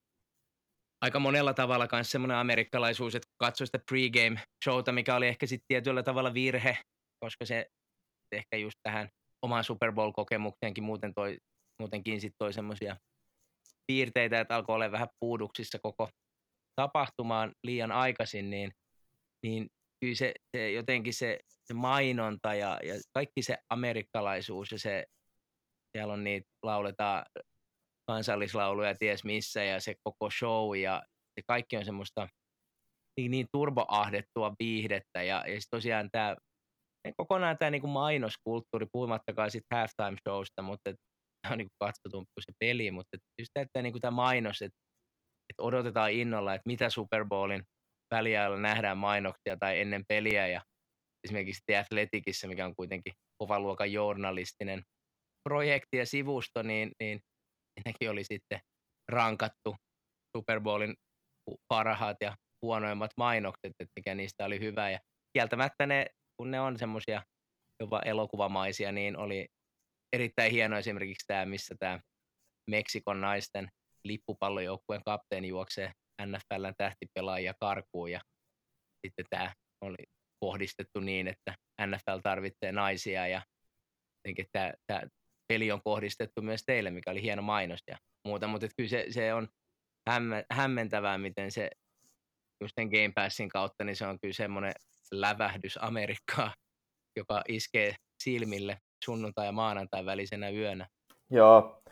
aika monella tavalla myös semmoinen amerikkalaisuus, että kun katsoi sitä pregame-showta, mikä oli ehkä sitten tietyllä tavalla virhe, koska se ehkä just tähän omaan Super Bowl-kokemukseenkin muuten toi, muutenkin sitten toi semmoisia piirteitä, että alkoi olla vähän puuduksissa koko tapahtumaan liian aikaisin, niin, niin kyllä se, se jotenkin se, se mainonta ja, ja kaikki se amerikkalaisuus ja se, siellä on niitä, lauletaan kansallislauluja ties missä ja se koko show ja se kaikki on semmoista niin, niin turboahdettua viihdettä ja, ja sitten tosiaan tämä kokonaan tämä niinku mainoskulttuuri, puhumattakaan sitten halftime showsta, mutta tämä on niinku katsotumpi kuin se peli, mutta just tämä niinku tämä mainos, että et odotetaan innolla, että mitä Super Bowlin väliajalla nähdään mainoksia tai ennen peliä ja esimerkiksi The Athleticissa, mikä on kuitenkin kovan luokan journalistinen projekti ja sivusto, niin, niin nekin oli sitten rankattu Super Bowlin parhaat ja huonoimmat mainokset, että mikä niistä oli hyvä ja kieltämättä ne, kun ne on semmoisia jopa elokuvamaisia, niin oli erittäin hieno esimerkiksi tämä, missä tämä Meksikon naisten lippupallojoukkueen kapteeni juoksee N F L:n tähtipelaajia karkuun ja sitten tämä oli kohdistettu niin, että N F L tarvitsee naisia ja tämä, tämä peli on kohdistettu myös teille, mikä oli hieno mainos ja muuta, mutta kyllä se, se on hämmentävää, miten se just sen Game Passin kautta, niin se on kyllä semmoinen lävähdys Amerikkaa, joka iskee silmille sunnuntai- ja maanantai välisenä yönä. Joo,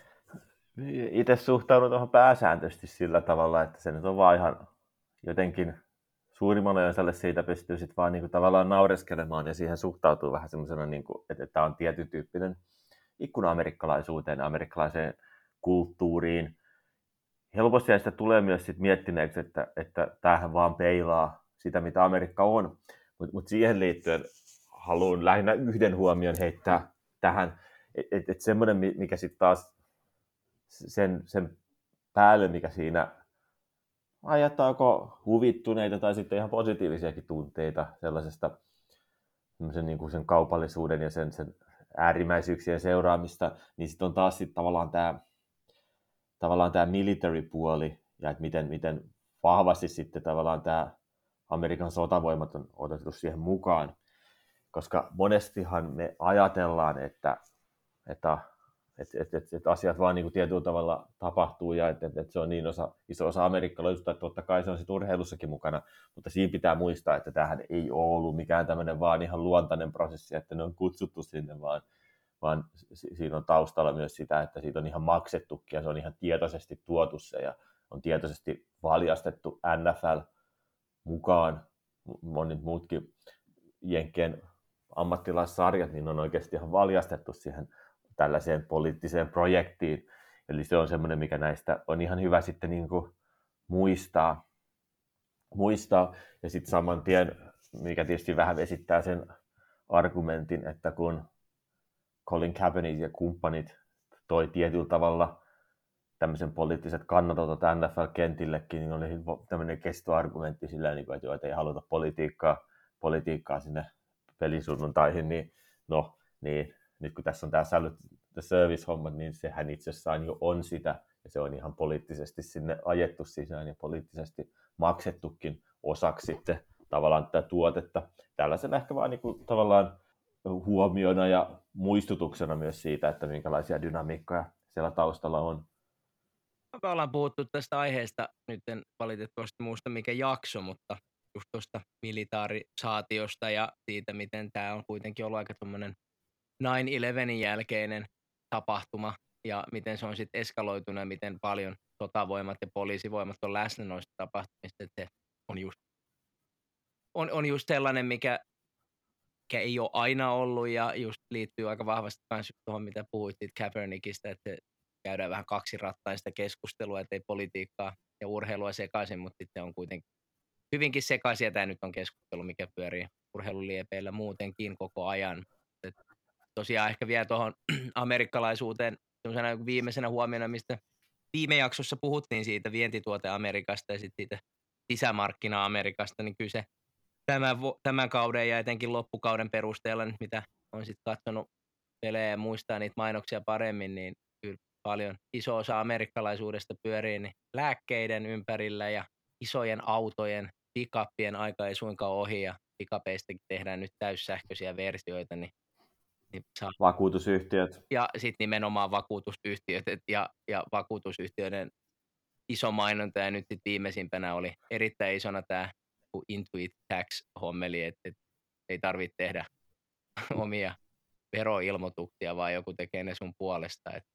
itse suhtaudun tuohon pääsääntöisesti sillä tavalla, että se nyt on vaan ihan jotenkin suurimmalle osalle siitä pystyy sitten vaan niinku tavallaan naureskelemaan ja siihen suhtautuu vähän semmoisena, niinku, että tämä on tietyn tyyppinen ikkuna amerikkalaisuuteen, amerikkalaiseen kulttuuriin. Helposti sitä tulee myös sit miettineeksi, että, että tämähän vaan peilaa sitä, mitä Amerikka on. Mutta mut siihen liittyen haluan lähinnä yhden huomion heittää tähän, että et, et semmoinen, mikä sitten taas sen, sen päälle, mikä siinä ajattaako huvittuneita tai sitten ihan positiivisiakin tunteita sellaisesta niin kuin sen kaupallisuuden ja sen, sen äärimmäisyyksien seuraamista, niin sitten on taas sit tavallaan tämä tavallaan tämä military-puoli ja että miten, miten vahvasti sitten tavallaan tämä Amerikan sotavoimat on otettu siihen mukaan, koska monestihan me ajatellaan, että, että, että, että, että, että asiat vaan niin kuin tietyllä tavalla tapahtuu ja että, että se on niin osa, iso osa amerikkalaisuutta, että totta kai se on sitten urheilussakin mukana, mutta siinä pitää muistaa, että tämähän ei ole ollut mikään tämmöinen vaan ihan luontainen prosessi, että ne on kutsuttu sinne, vaan vaan siinä on taustalla myös sitä, että siitä on ihan maksettukin ja se on ihan tietoisesti tuotu se ja on tietoisesti valjastettu N F L mukaan. Monet muutkin jenkkien ammattilaissarjat niin on oikeasti ihan valjastettu siihen tällaiseen poliittiseen projektiin. Eli se on semmoinen, mikä näistä on ihan hyvä sitten niin kuin muistaa. muistaa. Ja sitten saman tien, mikä tietysti vähän vesittää sen argumentin, että kun Colin Kaepernick ja kumppanit toi tietyllä tavalla tämmöisen poliittiset kannanotot N F L-kentillekin, niin oli tämmöinen kestoargumentti sillä, että joo, että ei haluta politiikkaa, politiikkaa sinne pelisunnuntaisiin, niin no, niin nyt kun tässä on tämä Salute the Service-hommat, niin sehän itsessään jo on sitä, ja se on ihan poliittisesti sinne ajettu sisään ja poliittisesti maksettukin osaksi sitten tavallaan tätä tuotetta. Tällaisen ehkä vaan niin kuin, tavallaan huomiona ja muistutuksena myös siitä, että minkälaisia dynamiikkoja siellä taustalla on. Me ollaan puhuttu tästä aiheesta, nyt en valitettavasti muista mikä jakso, mutta just tuosta militaarisaatiosta ja siitä, miten tämä on kuitenkin ollut aika tuommoinen nine eleven jälkeinen tapahtuma ja miten se on sitten eskaloitunut ja miten paljon sotavoimat ja poliisivoimat on läsnä noista tapahtumista, että se on just, on, on just sellainen, mikä, mikä ei ole aina ollut ja just liittyy aika vahvasti myös tuohon, mitä puhuit Kaepernickista, että käydään vähän kaksirattaista keskustelua, ettei politiikkaa ja urheilua sekaisin, mutta sitten on kuitenkin hyvinkin sekaisin, ja tämä nyt on keskustelu, mikä pyörii urheiluliepeillä muutenkin koko ajan. Et tosiaan ehkä vielä tuohon amerikkalaisuuteen viimeisenä huomiona, mistä viime jaksossa puhuttiin siitä vientituote Amerikasta ja sitten siitä sisämarkkina Amerikasta, niin kyllä se tämän, tämän kauden ja etenkin loppukauden perusteella, mitä on sitten katsonut pelejä ja muistaa niitä mainoksia paremmin, niin kyllä paljon iso osa amerikkalaisuudesta pyörii niin lääkkeiden ympärillä ja isojen autojen, pick-upien aika ei suinkaan ohi, ja pick-upeistakin tehdään nyt täyssähköisiä versioita, niin, niin saa. Vakuutusyhtiöt. Ja sitten nimenomaan vakuutusyhtiöt ja, ja vakuutusyhtiöiden iso mainonta, ja nyt sit viimeisimpänä oli erittäin isona tämä Intuit Tax-hommeli, että et ei tarvitse tehdä omia veroilmoituksia, vaan joku tekee ne sun puolesta. Et.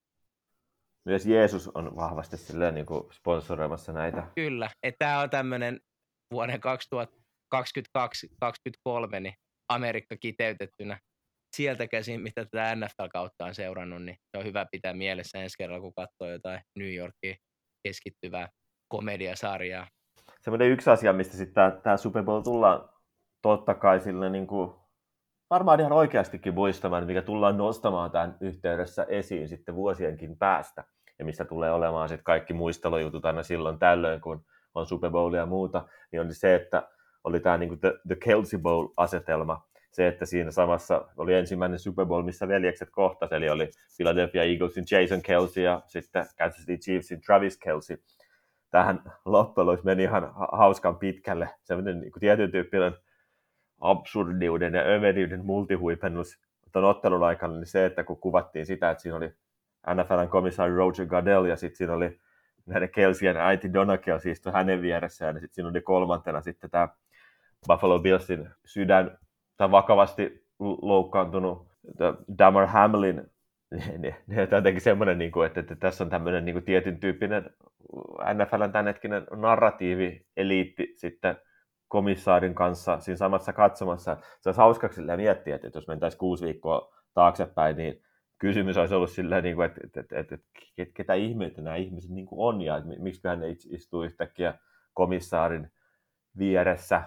Myös Jeesus on vahvasti silleen niin kuin sponsoroimassa näitä. Kyllä, että tämä on tämmöinen vuoden kaksituhattakaksikymmentäkaksi kaksikymmentäkolme niin Amerikka kiteytettynä sieltä käsin, mitä tätä N F L-kautta on seurannut, niin se on hyvä pitää mielessä ensi kerralla, kun katsoo jotain New Yorkiin keskittyvää komediasarjaa. Semmoinen yksi asia, mistä sitten tämä Super Bowl tullaan totta kai sille niin kuin varmaan ihan oikeastikin muistamaan, mikä tullaan nostamaan tämän yhteydessä esiin sitten vuosienkin päästä, ja mistä tulee olemaan sitten kaikki muistelujutut aina silloin tällöin, kun on Super Bowl ja muuta, niin oli se, että oli tämä niin kuin the, the Kelce Bowl-asetelma, se, että siinä samassa oli ensimmäinen Super Bowl, missä veljekset kohtasivat, eli oli Philadelphia Eaglesin Jason Kelce ja sitten Kansas City Chiefsin Travis Kelce. Tähän loppujen meni ihan hauskan pitkälle, semmoinen niin kuin tietyn tyyppinen absurdiuden ja överiyden multihuipennus tuon ottelun aikana, niin se, että kun kuvattiin sitä, että siinä oli N F L:n komissaari Roger Goodell ja sitten siinä oli näiden Kelcejen äiti Donna Kelce istui hänen vieressään, ja sitten siinä oli kolmantena sitten tämä Buffalo Billsin sydän, tai vakavasti loukkaantunut Damar Hamlin, niin, niin, niin jotenkin semmoinen, että, että tässä on tämmöinen niin kuin tietyn tyyppinen N F L:n tämänhetkinen narratiivi-eliitti sitten komissaarin kanssa siinä samassa katsomassa. Se olisi hauskaksi miettiä, että jos mentäisiin kuusi viikkoa taaksepäin, niin kysymys olisi ollut silleen, että, että, että, että ketä ihmeitä nämä ihmiset niin kuin on, ja miksi hän istuu yhtäkkiä komissaarin vieressä.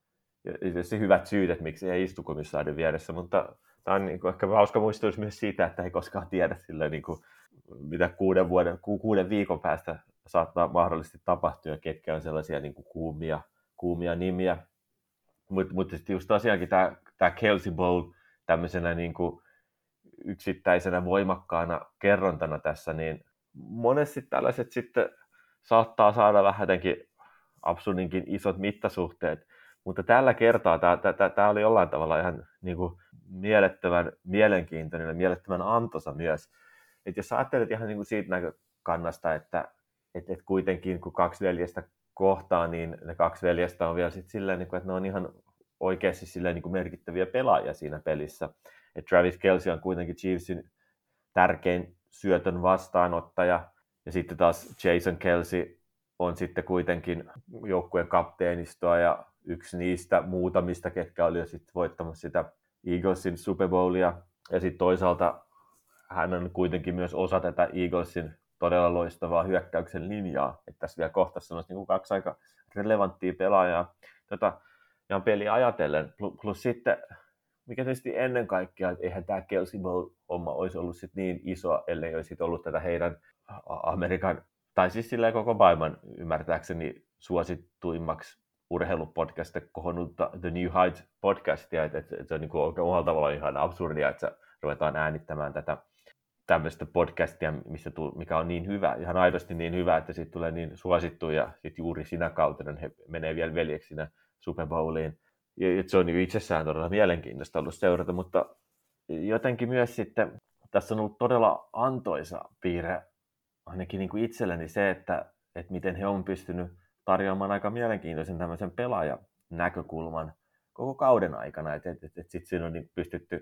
Ja tietysti hyvät syyt, että miksi ei istu komissaarin vieressä, mutta tämä on niin kuin ehkä hauska muistutus myös siitä, että ei koskaan tiedä silleen, niin kuin, mitä kuuden, vuoden, ku, kuuden viikon päästä saattaa mahdollisesti tapahtua, ja ketkä on sellaisia niin kuin kuumia, kuumia nimiä. Mutta mut sitten just tosiaankin tämä, tämä Kelce Bowl tämmöisenä niin kuin yksittäisenä voimakkaana kerrontana tässä, niin monesti tällaiset sitten saattaa saada vähän jotenkin absurdinkin isot mittasuhteet, mutta tällä kertaa tämä, tämä, tämä oli jollain tavalla ihan niin kuin mielettömän mielenkiintoinen ja mielettömän antoisa myös. Et jos ajattelet ihan niin kuin siitä näkökannasta, että et, et kuitenkin kun kaksi veljestä kohtaa, niin ne kaksi veljestä on vielä sit silleen, että ne on ihan oikeasti silleen niin kuin merkittäviä pelaajia siinä pelissä. Et Travis Kelce on kuitenkin Chiefsin tärkein syötön vastaanottaja, ja sitten taas Jason Kelce on sitten kuitenkin joukkueen kapteenistoa ja yksi niistä muutamista, ketkä oli jo sitten voittamassa sitä Eaglesin Super Bowlia. Ja sitten toisaalta hän on kuitenkin myös osa tätä Eaglesin todella loistavaa hyökkäyksen linjaa. Että tässä vielä kohta sanoisi niin kuin kaksi aika relevanttia pelaajaa tota, ja peliä ajatellen. Plus, plus sitten, mikä tietysti ennen kaikkea, että eihän tämä Kelce Bowl-homma olisi ollut sit niin iso, ellei olisi ollut tätä heidän Amerikan, tai siis silleen koko maailman ymmärtääkseni suosittuimmaksi urheilupodcastia kohonnutta The New Heights-podcastia, että et, et se on niin kuin omalla tavallaan ihan absurdia, että ruvetaan äänittämään tätä tämmöistä podcastia, missä tull, mikä on niin hyvä, ihan aidosti niin hyvä, että siitä tulee niin suosittu, ja sitten juuri sinä kautta he menee vielä veljeksi sinne Super Bowliin. Ja se on niin itsessään todella mielenkiintoista ollut seurata, mutta jotenkin myös sitten tässä on ollut todella antoisa piirre, ainakin niin kuin itselleni se, että, että miten he on pystynyt tarjoamaan aika mielenkiintoisen tämmöisen pelaajan näkökulman koko kauden aikana, että et, et, et sitten siinä on niin pystytty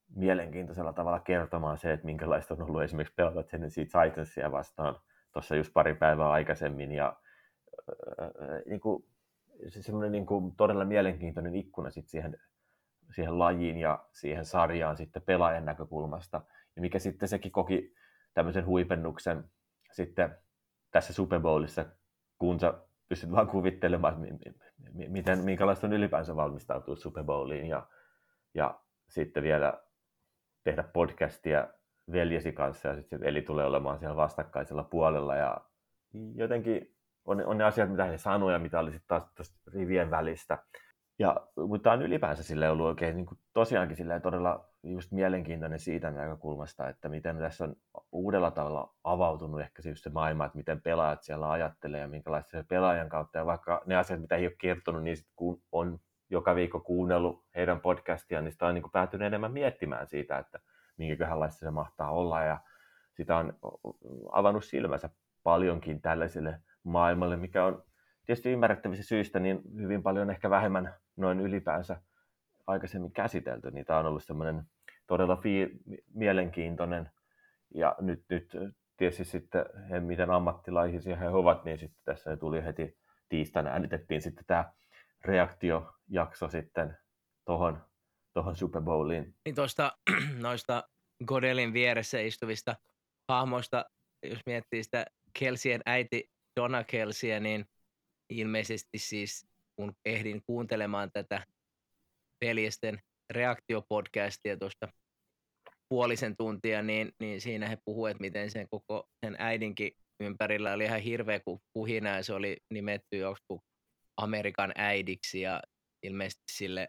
mielenkiintoisella tavalla kertomaan se, että minkälaista on ollut esimerkiksi pelata Tennessee Titansia vastaan tuossa just pari päivää aikaisemmin. Ja äh, niin kuin, se semmoinen niin kuin todella mielenkiintoinen ikkuna sit siihen, siihen lajiin ja siihen sarjaan sitten pelaajan näkökulmasta. Ja mikä sitten sekin koki tämmöisen huipennuksen sitten tässä Super Bowlissa, kun sä pystyt vaan kuvittelemaan, miten, minkälaista on ylipäänsä valmistautua Super Bowliin ja, ja sitten vielä tehdä podcastia veljesi kanssa ja sitten veli tulee olemaan siellä vastakkaisella puolella ja jotenkin on, on ne asiat, mitä he sanoi ja mitä oli sitten taas tuosta rivien välistä. Ja, mutta on ylipäänsä silleen ollut oikein niin kuin tosiaankin silleen todella just mielenkiintoinen siitä näkökulmasta, että miten tässä on uudella tavalla avautunut ehkä se, just se maailma, että miten pelaajat siellä ajattelee ja minkälaista se pelaajan kautta. Ja vaikka ne asiat, mitä ei ole kertonut, niin sit kun on joka viikko kuunnellut heidän podcastiaan, niin sitä on niin kuin päätynyt enemmän miettimään siitä, että minkäköhänlaista se mahtaa olla. Ja sitä on avannut silmänsä paljonkin tällaiselle maailmalle, mikä on tietysti ymmärrettävistä syistä niin hyvin paljon ehkä vähemmän noin ylipäänsä aikaisemmin käsitelty. Niitä on ollut semmoinen todella fi- mielenkiintoinen ja nyt, nyt tietysti sitten he, miten ammattilaisia he ovat, niin sitten tässä tuli heti tiistaina äänitettiin sitten tämä reaktiojakso sitten tohon, tohon Super Bowliin. Niin tuosta noista Godelin vieressä istuvista hahmoista, jos miettii sitä Kelceyn äiti Donna Kelceä, niin ilmeisesti siis kun ehdin kuuntelemaan tätä veljesten reaktiopodcastia tuosta puolisen tuntia, niin, niin siinä he puhuivat, että miten sen koko sen äidinkin ympärillä oli ihan hirveä puhina ja se oli nimetty joku Amerikan äidiksi ja ilmeisesti sille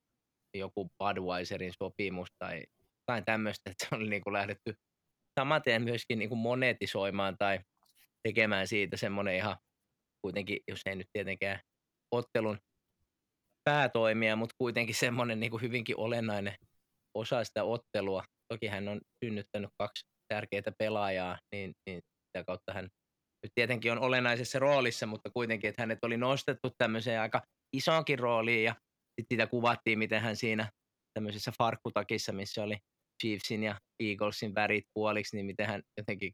joku Budweiserin sopimus tai jotain tämmöistä, että se oli niin kuin lähdetty saman tien myöskin niin kuin monetisoimaan tai tekemään siitä semmoinen ihan kuitenkin, jos ei nyt tietenkään ottelun päätoimija, mutta kuitenkin semmoinen niin kuin hyvinkin olennainen osa sitä ottelua. Toki hän on synnyttänyt kaksi tärkeää pelaajaa, niin, niin sitä kautta hän nyt tietenkin on olennaisessa roolissa, mutta kuitenkin, että hänet oli nostettu tämmöiseen aika isoonkin rooliin ja sitten sitä kuvattiin, miten hän siinä tämmöisessä farkkutakissa, missä oli Chiefsin ja Eaglesin värit puoliksi, niin miten hän jotenkin,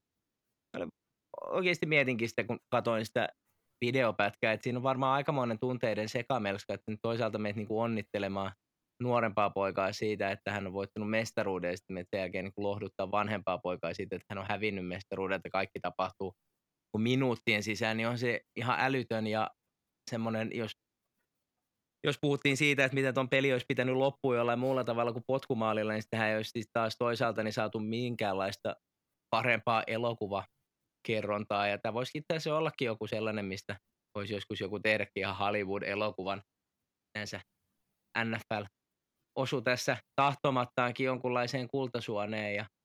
oikeasti mietinkin sitä, kun katsoin sitä videopätkää, että siinä on varmaan aikamoinen tunteiden sekamelska, että nyt toisaalta meitä niin kuin onnittelemaan nuorempaa poikaa siitä, että hän on voittanut mestaruuden ja sitten sen jälkeen niin kuin lohduttaa vanhempaa poikaa siitä, että hän on hävinnyt mestaruuden, että kaikki tapahtuu minuuttien sisään, niin on se ihan älytön ja semmoinen, jos, jos puhuttiin siitä, että miten tuon peli olisi pitänyt loppua jollain muulla tavalla kuin potkumaalilla, niin sitähän ei olisi taas toisaalta niin saatu minkäänlaista parempaa elokuvakerrontaa, ja tämä voisi itse asiassa ollakin joku sellainen, mistä voisi joskus joku tehdäkin ihan Hollywood-elokuvan. Näinsä N F L osui tässä tahtomattaankin jonkunlaiseen kultasuoneen, ja,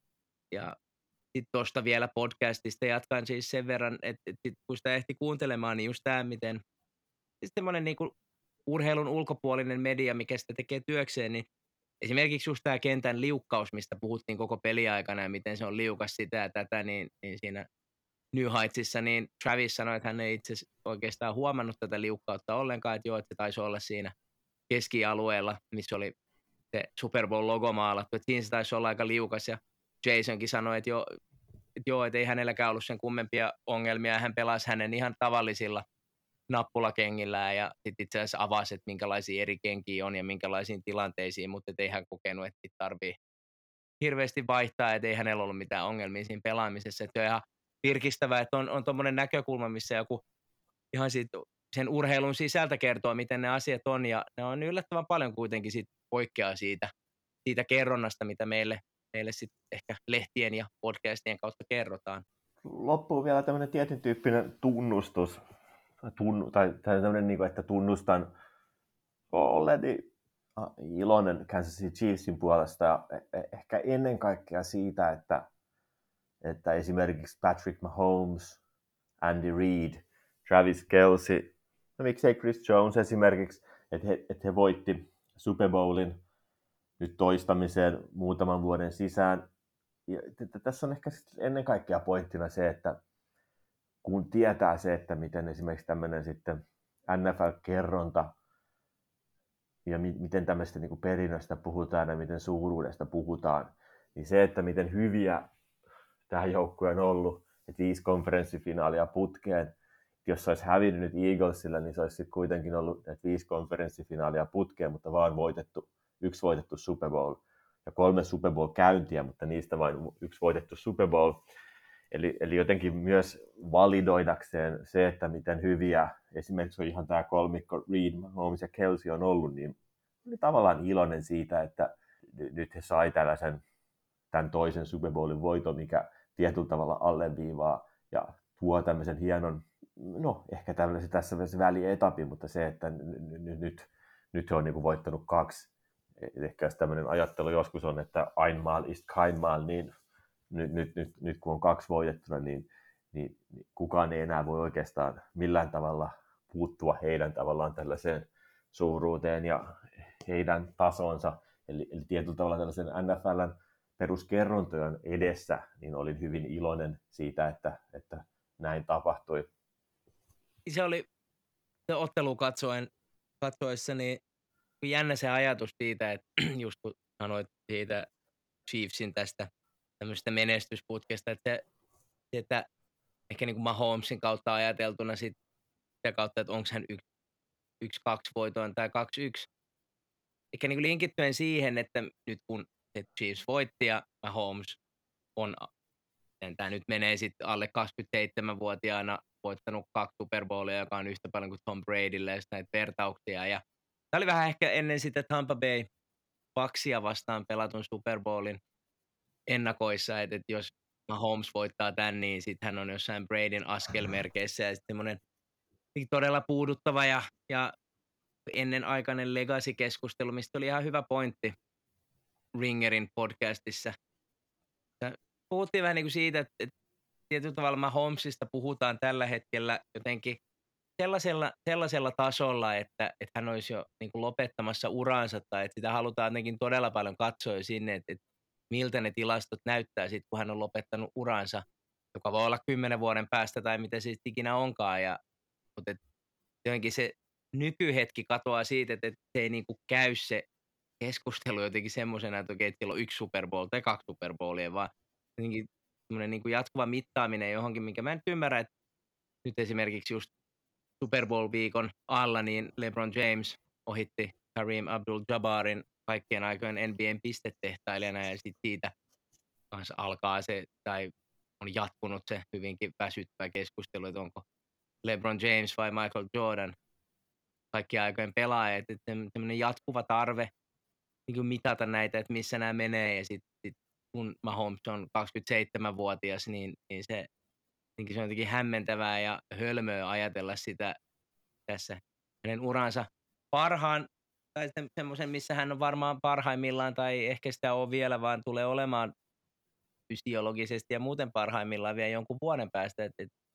ja sitten tuosta vielä podcastista jatkan siis sen verran, että, että kun sitä ehti kuuntelemaan, niin just tämä, miten siis semmoinen niin kuin urheilun ulkopuolinen media, mikä sitä tekee työkseen, niin esimerkiksi just tämä kentän liukkaus, mistä puhuttiin koko peliaikana ja miten se on liukas sitä ja tätä, niin, niin siinä New Heightsissa, niin Travis sanoi, että hän ei itse oikeastaan huomannut tätä liukkautta ollenkaan, että joo, että se taisi olla siinä keskialueella, missä oli se Super Bowl-logo maalattu, että siinä se taisi olla aika liukas, ja Jasonkin sanoi, että joo, että, joo, että ei hänelläkään ollut sen kummempia ongelmia, hän pelasi hänen ihan tavallisilla nappulakengillään, ja sitten itse asiassa avasi, että minkälaisia eri kenkiä on ja minkälaisiin tilanteisiin, mutta ei hän kokenut, että tarvii hirveästi vaihtaa, että ei hänellä ollut mitään ongelmia siinä pelaamisessa, että se on ihan virkistävää, että on, on tuommoinen näkökulma, missä joku ihan siitä, sen urheilun sisältä kertoo, miten ne asiat on, ja ne on yllättävän paljon kuitenkin sit poikkeaa siitä, siitä kerronnasta, mitä meille, meille sitten ehkä lehtien ja podcastien kautta kerrotaan. Loppuu vielä tämmöinen tietyn tyyppinen tunnustus, tunnu, tai, tai tämmöinen, niin kuin, että tunnustan olleeni iloinen Kansas City Chiefsin puolesta, ja ehkä ennen kaikkea siitä, että, että esimerkiksi Patrick Mahomes, Andy Reid, Travis Kelce, no miksei Chris Jones esimerkiksi, että he, että he voitti Super Bowlin nyt toistamiseen muutaman vuoden sisään. Ja tässä on ehkä ennen kaikkea pointtina se, että kun tietää se, että miten esimerkiksi tämmöinen sitten N F L-kerronta ja mi- miten tämmöistä niin kuin perinnöstä puhutaan ja miten suuruudesta puhutaan, niin se, että miten hyviä tähän joukkueen on ollut, että viisi konferenssifinaalia putkeen, jos se olisi hävinnyt nyt Eaglesille, niin se olisi sitten kuitenkin ollut että viisi konferenssifinaalia putkeen, mutta vaan voitettu, yksi voitettu Super Bowl ja kolme Super Bowl-käyntiä, mutta niistä vain yksi voitettu Super Bowl. Eli, eli jotenkin myös validoidakseen se, että miten hyviä esimerkiksi on ihan tämä kolmikko Reed, Mahomes ja Kelsey on ollut, niin oli tavallaan iloinen siitä, että nyt he sai tällaisen tämän toisen Super Bowlin voiton, mikä tietyllä tavalla alleviivaa ja tuo tämmöisen hienon, no ehkä tämmöisen tässä välietapin, mutta se, että nyt, nyt, nyt he on niin kuin voittanut kaksi. Ehkä jos tämmöinen ajattelu joskus on, että einmal ist keinmal, niin nyt, nyt, nyt, nyt kun on kaksi voitettuna, niin, niin, niin kukaan ei enää voi oikeastaan millään tavalla puuttua heidän tavallaan tällaiseen suuruuteen ja heidän tasonsa. Eli, eli tietyllä tavalla tällaisen N F L:n peruskerrontojen edessä, niin olin hyvin iloinen siitä, että, että näin tapahtui. Se oli se ottelu katsoen, katsoessa niin jännä se ajatus siitä, että just kun sanoit siitä Chiefsin tästä tämmöisestä menestysputkesta, että, se, että ehkä niin kuin Mahomesin kautta ajateltuna sit, sitä kautta, että onko hän yksi, yksi kaksi voitoon tai kaksi yksi. Ehkä niin kuin linkittyen siihen, että nyt kun Chiefs voitti ja Mahomes on, tämä nyt menee sitten alle kaksikymmentäseitsemänvuotiaana voittanut kaksi Super Bowlia, joka on yhtä paljon kuin Tom Bradylle ja näitä vertauksia. Ja tämä oli vähän ehkä ennen sitä Tampa Bay Bucksia vastaan pelatun Super Bowlin ennakoissa, että, että jos Mahomes voittaa tämän, niin sitten hän on jossain Bradyn askelmerkeissä ja sitten semmoinen todella puuduttava ja, ja ennenaikainen legacy-keskustelu, mistä oli ihan hyvä pointti Ringerin podcastissa. Ja puhuttiin vähän niin kuin siitä, että, että tietyllä tavalla Mahomesista puhutaan tällä hetkellä jotenkin sellaisella, sellaisella tasolla, että, että hän olisi jo niin kuin lopettamassa uraansa tai että sitä halutaan jotenkin todella paljon katsoa sinne, että, että miltä ne tilastot näyttää sitten, kun hän on lopettanut uransa, joka voi olla kymmenen vuoden päästä tai mitä se ikinä onkaan. Ja, mutta että jotenkin se nykyhetki katoaa siitä, että, että se ei niin kuin käy se keskustelu jotenkin semmoisena, että okei, että siellä on yksi Super Bowl tai kaksi Super Bowlia, vaan jotenkin semmoinen niin kuin jatkuva mittaaminen johonkin, minkä mä en ymmärrä, että nyt esimerkiksi just Super Bowl-viikon alla, niin LeBron James ohitti Kareem Abdul-Jabbarin kaikkien aikojen N B A:n pistetehtailijana, ja sitten siitä kanssa alkaa se, tai on jatkunut se hyvinkin väsyttävä keskustelu, että onko LeBron James vai Michael Jordan kaikkien aikojen pelaaja, että tämmöinen jatkuva tarve niin kuin mitata näitä, että missä nämä menee, ja sitten sit, kun Mahomes on kaksikymmentäseitsemänvuotias, niin, niin se, niin se on jotenkin hämmentävää ja hölmöä ajatella sitä tässä hänen uransa parhaan, tai semmoisen, missä hän on varmaan parhaimmillaan, tai ehkä sitä on vielä, vaan tulee olemaan fysiologisesti ja muuten parhaimmillaan vielä jonkun vuoden päästä, että, että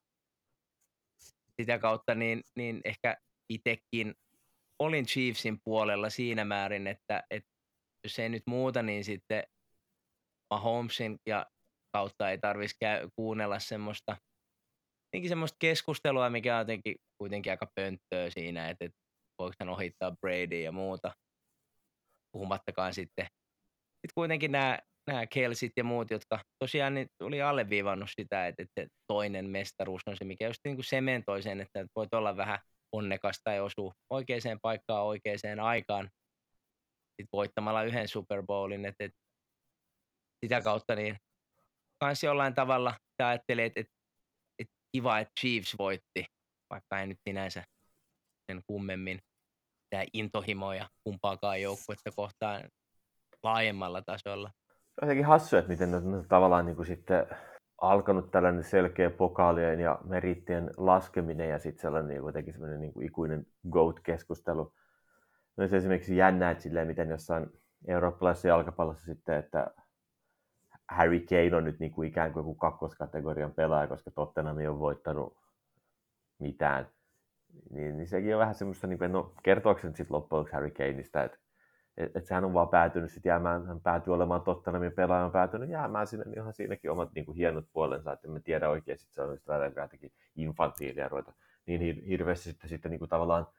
sitä kautta niin, niin ehkä itsekin olin Chiefsin puolella siinä määrin, että, että jos ei nyt muuta, niin sitten Mahomesin ja kautta ei tarvitsisi kuunnella semmoista, semmoista keskustelua, mikä on jotenkin kuitenkin aika pönttöä siinä, että, että voiko hän ohittaa Brady ja muuta. Puhumattakaan sitten. Sitten kuitenkin nämä, nämä Kelseyt ja muut, jotka tosiaan niin oli alleviivannut sitä, että, että toinen mestaruus on se, mikä just niin kuin sementoi sen, että voit olla vähän onnekas tai osuu oikeaan paikkaan oikeaan aikaan sit voittamalla yhden Super Bowlin. Että, että sitä kautta niin kans jollain tavalla ajattelee, että, että, että kiva, että Chiefs voitti, vaikka ei nyt sinänsä sen kummemmin tämä intohimoja kumpaakaan joukkuetta kohtaan laajemmalla tasolla. Jotenkin hassu, että miten on tavallaan niin kuin sitten alkanut tällainen selkeä pokaalien ja merittien laskeminen ja sitten sellainen niin jotenkin sellainen niin kuin ikuinen GOAT-keskustelu. Myös esimerkiksi jännää, että silleen, miten jossain eurooppalaisessa jalkapallossa sitten, että Harry Kane on nyt niin kuin ikään kuin joku kakkoskategorian pelaaja, koska Tottenham ei ole voittanut mitään. Niin, niin sekin on vähän semmoista, niin kuin, no kertooko se nyt sitten loppujen lopuksi Harry Kaneista, että et, et sehän on vaan päätynyt sitten jäämään, hän päätyy olemaan Tottenhamin pelaaja, on päätynyt jäämään sinne, niin onhan siinäkin omat niin kuin hienot puolensa, että en tiedä oikein, sitten se on just välillä jotenkin infantiilia ruveta niin hir- hirveästi sitten, sitten niin kuin tavallaan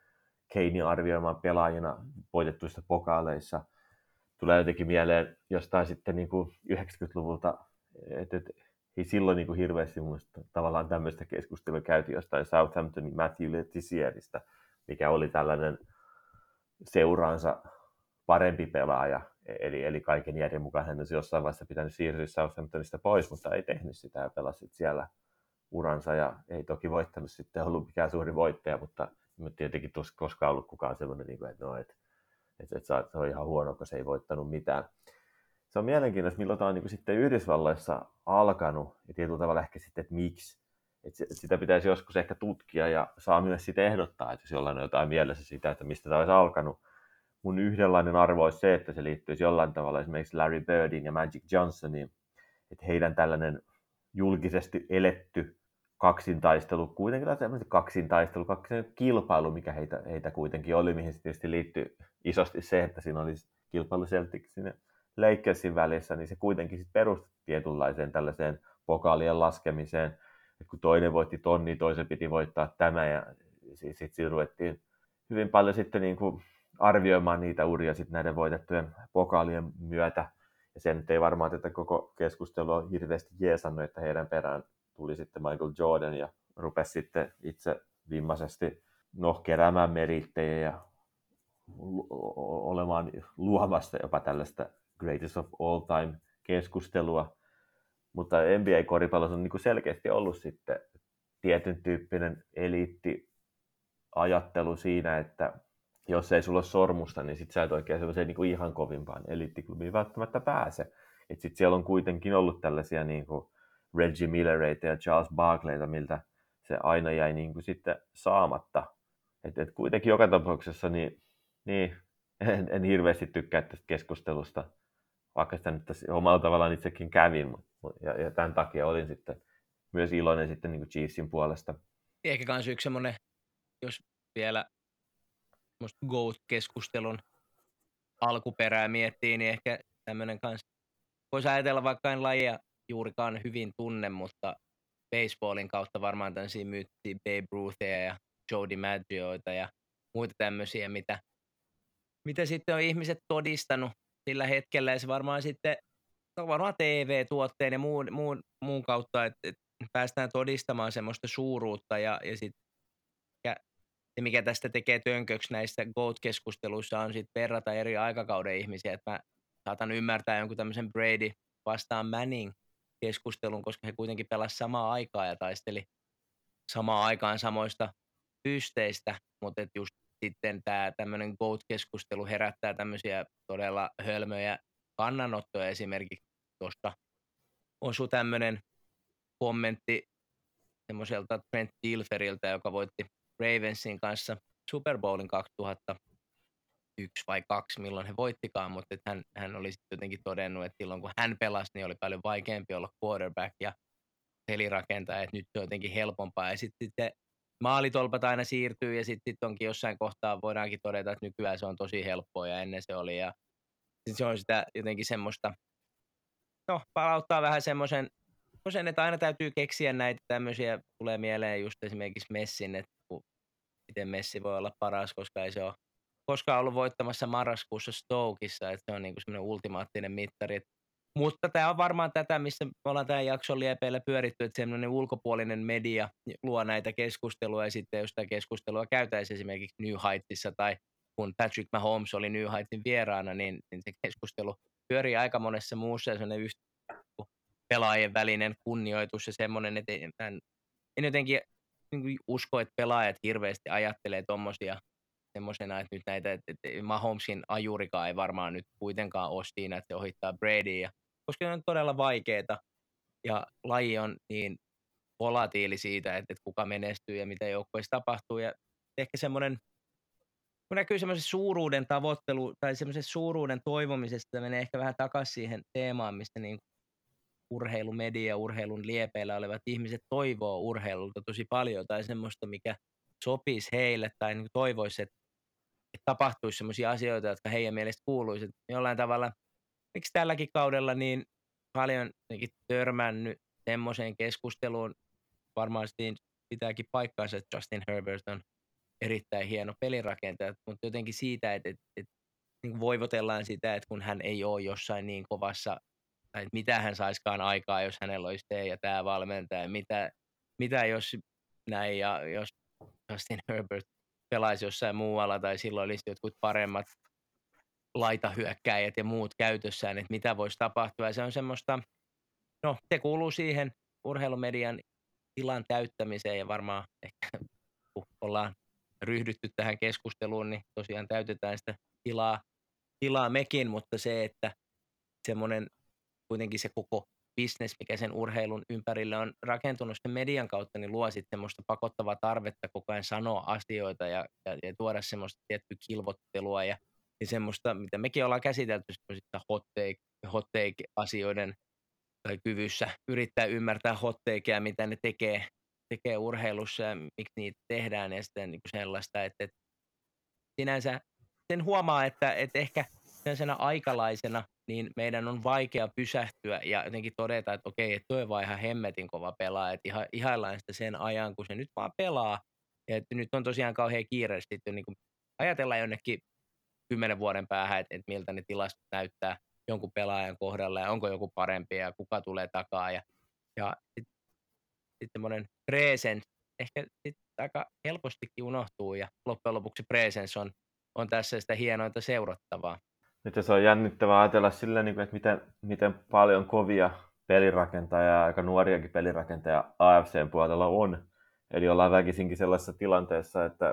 Kanein arvioimaan pelaajina voitettuissa pokaaleissa. Tulee jotenkin mieleen jostain sitten niin kuin yhdeksänkymmentäluvulta, että et, ei silloin niin kuin hirveästi muista tavallaan tämmöistä keskustelua käytiin jostain Southamptonin Matthew Letizieristä, mikä oli tällainen seuraansa parempi pelaaja, eli, eli kaiken järjen mukaan hän olisi jossain vaiheessa pitänyt siirtyä Southamptonista pois, mutta ei tehnyt sitä ja pelasi siellä uransa ja ei toki voittanut sitten ollut mikään suuri voittaja, mutta en tietenkin tuossa koskaan ollut kukaan sellainen, että no, et, et, et se on ihan huono, kun se ei voittanut mitään. Se on mielenkiintoista, milloin tämä on niin sitten Yhdysvalloissa alkanut ja tietyllä tavalla ehkä sitten, että miksi. Et sitä pitäisi joskus ehkä tutkia ja saa myös sitten ehdottaa, että jos jollain on jotain mielessä sitä, että mistä tämä olisi alkanut. Mun yhdenlainen arvo olisi se, että se liittyisi jollain tavalla esimerkiksi Larry Birdin ja Magic Johnsoniin, että heidän tällainen julkisesti eletty kaksintaistelu, kuitenkin tämmöinen kaksintaistelu, kaksin kilpailu, mikä heitä, heitä kuitenkin oli, mihin se tietysti liittyy isosti se, että siinä oli kilpailu Celticsin ja Lakersin välissä, niin se kuitenkin sitten perustui tietynlaiseen tällaiseen pokaalien laskemiseen, että kun toinen voitti tonni, toisen piti voittaa tämä, ja sitten siinä ruvettiin hyvin paljon sitten niin kuin arvioimaan niitä uria sitten näiden voitettujen pokaalien myötä, ja sen ei varmaan tätä koko keskustelua hirveästi jeesannut, että heidän perään tuli sitten Michael Jordan ja rupesi sitten itse vimmaisesti no, keräämään merittejä ja olemaan luomassa jopa tällaista greatest of all time keskustelua. Mutta N B A-koripallossa on niin kuin selkeästi ollut sitten tietyn tyyppinen eliittiajattelu siinä, että jos ei sulla ole sormusta, niin sit sä et oikein sellaiseen niin kuin ihan kovimpaan eliittiklubiin välttämättä pääse. Et sit siellä on kuitenkin ollut tällaisia niin kuin Reggie Millereitä ja Charles Barkleyta, miltä se aina jäi niin kuin sitten saamatta. Et, et kuitenkin joka tapauksessa niin, niin en, en hirveästi tykkää tästä keskustelusta, vaikka sitä nyt tässä omalla tavallaan itsekin kävin. Ja, ja tämän takia olin sitten myös iloinen sitten niin kuin Chiefsin puolesta. Ehkä myös yksi semmoinen, jos vielä GOAT-keskustelun alkuperää miettii, niin ehkä tämmöinen kanssa, voisi ajatella, vaikka en lajia juurikaan hyvin tunne, mutta baseballin kautta varmaan tämmöisiä myyttiä Babe Ruthia ja Joe DiMaggioita ja muita tämmöisiä, mitä, mitä sitten on ihmiset todistanut sillä hetkellä, ja se varmaan sitten, no varmaan T V-tuotteen ja muun, muun, muun kautta, että, että päästään todistamaan semmoista suuruutta, ja, ja sitten se, mikä tästä tekee tönköksi näissä GOAT-keskusteluissa, on sitten verrata eri aikakauden ihmisiä, että mä saatan ymmärtää jonkun tämmöisen Brady vastaan Manning keskustelun, koska he kuitenkin pelasivat samaa aikaa ja taisteli samaan aikaan samoista pysteistä, mutta et just sitten tämä tämmöinen GOAT-keskustelu herättää tämmöisiä todella hölmöjä kannanottoja. Esimerkiksi tuosta osui tämmöinen kommentti semmoiselta Trent Dilferiltä, joka voitti Ravensin kanssa Super Bowlin kaksituhattayksi vai kaksi, milloin he voittikaan, mutta hän, hän oli sitten jotenkin todennut, että silloin kun hän pelasi, niin oli paljon vaikeampi olla quarterback ja pelirakentaja, että nyt se on jotenkin helpompaa. Ja sitten sit maalitolpat aina siirtyy ja sitten sit onkin jossain kohtaa voidaankin todeta, että nykyään se on tosi helppoa ja ennen se oli. Ja sit se on sitä jotenkin semmoista, no palauttaa vähän semmoisen, että aina täytyy keksiä näitä tämmöisiä, tulee mieleen just esimerkiksi Messin, että miten Messi voi olla paras, koska ei se ole koskaan ollut voittamassa marraskuussa Stokeissa, että se on niinku semmoinen ultimaattinen mittari. Mutta tämä on varmaan tätä, missä me ollaan tämän jakson liepeillä pyöritty, että semmoinen ulkopuolinen media luo näitä keskustelua, ja sitten jos tämä keskustelua käytäisiin esimerkiksi New Heightsissa, tai kun Patrick Mahomes oli New Heightsin vieraana, niin, niin se keskustelu pyörii aika monessa muussa, ja semmoinen just pelaajien välinen kunnioitus ja semmoinen, että en, en jotenkin niin usko, että pelaajat hirveästi ajattelee tommosia semmoisena, että nyt näitä, että, että Mahomesin ajurikaan ei varmaan nyt kuitenkaan ole siinä, että se ohittaa Bradya, koska se on todella vaikeeta ja laji on niin volatiili siitä, että, että kuka menestyy ja mitä joukkueissa tapahtuu, ja ehkä semmoinen, kun näkyy semmoisen suuruuden tavoittelu tai semmoisen suuruuden toivomisesta, menee ehkä vähän takaisin siihen teemaan, mistä niin urheilumedia, urheilun liepeillä olevat ihmiset toivoo urheilulta tosi paljon tai semmoista, mikä sopisi heille tai niin toivoisi, että, että tapahtuisi semmoisia asioita, jotka heidän mielestä kuuluisi. Jollain tavalla, miksi tälläkin kaudella niin paljon törmännyt semmoiseen keskusteluun, varmaan pitääkin paikkaansa, että Justin Herbert on erittäin hieno pelirakentaja, mutta jotenkin siitä, että, että, että niin kuin voivotellaan sitä, että kun hän ei ole jossain niin kovassa, tai että mitä hän saiskaan aikaa, jos hänellä olisi tee ja tämä valmentaja, mitä, mitä jos näin, ja jos Justin Herbert pelaisi jossain muualla, tai silloin olisi jotkut paremmat laitahyökkäjät ja muut käytössään, että mitä voisi tapahtua, ja se on semmoista, no se kuuluu siihen urheilumedian tilan täyttämiseen, ja varmaan ehkä kun ollaan ryhdytty tähän keskusteluun, niin tosiaan täytetään sitä tilaa, tilaa mekin, mutta se, että semmoinen kuitenkin se koko business, mikä sen urheilun ympärille on rakentunut sen median kautta, niin luo sitten semmoista pakottavaa tarvetta koko ajan sanoa asioita ja, ja, ja tuoda semmoista tiettyä kilvottelua ja, ja semmoista, mitä mekin ollaan käsitelty, semmoista hot take, hot take-asioiden tai kyvyssä yrittää ymmärtää hot takeja, mitä ne tekee, tekee urheilussa ja miksi niitä tehdään ja sitten niin kuin sellaista, että, että sinänsä sen huomaa, että, että ehkä sellaisena aikalaisena niin meidän on vaikea pysähtyä ja jotenkin todeta, että okei, että toi on vaan ihan hemmetin kova pelaa, että iha, ihaillaan sitä sen ajan, kun se nyt vaan pelaa. Ja että nyt on tosiaan kauhean kiire sitten niin kuin ajatella jonnekin kymmenen vuoden päähän, että, että miltä ne tilastot näyttää jonkun pelaajan kohdalla ja onko joku parempi ja kuka tulee takaa. Ja, ja sitten sit semmoinen presence ehkä sit aika helpostikin unohtuu ja loppujen lopuksi presence on, on tässä sitä hienointa seurattavaa. Nyt se on jännittävää ajatella sillä, että miten, miten paljon kovia pelirakentajia, aika nuoriakin pelirakentajia A F C:n puolella on. Eli ollaan väkisinkin sellaisessa tilanteessa, että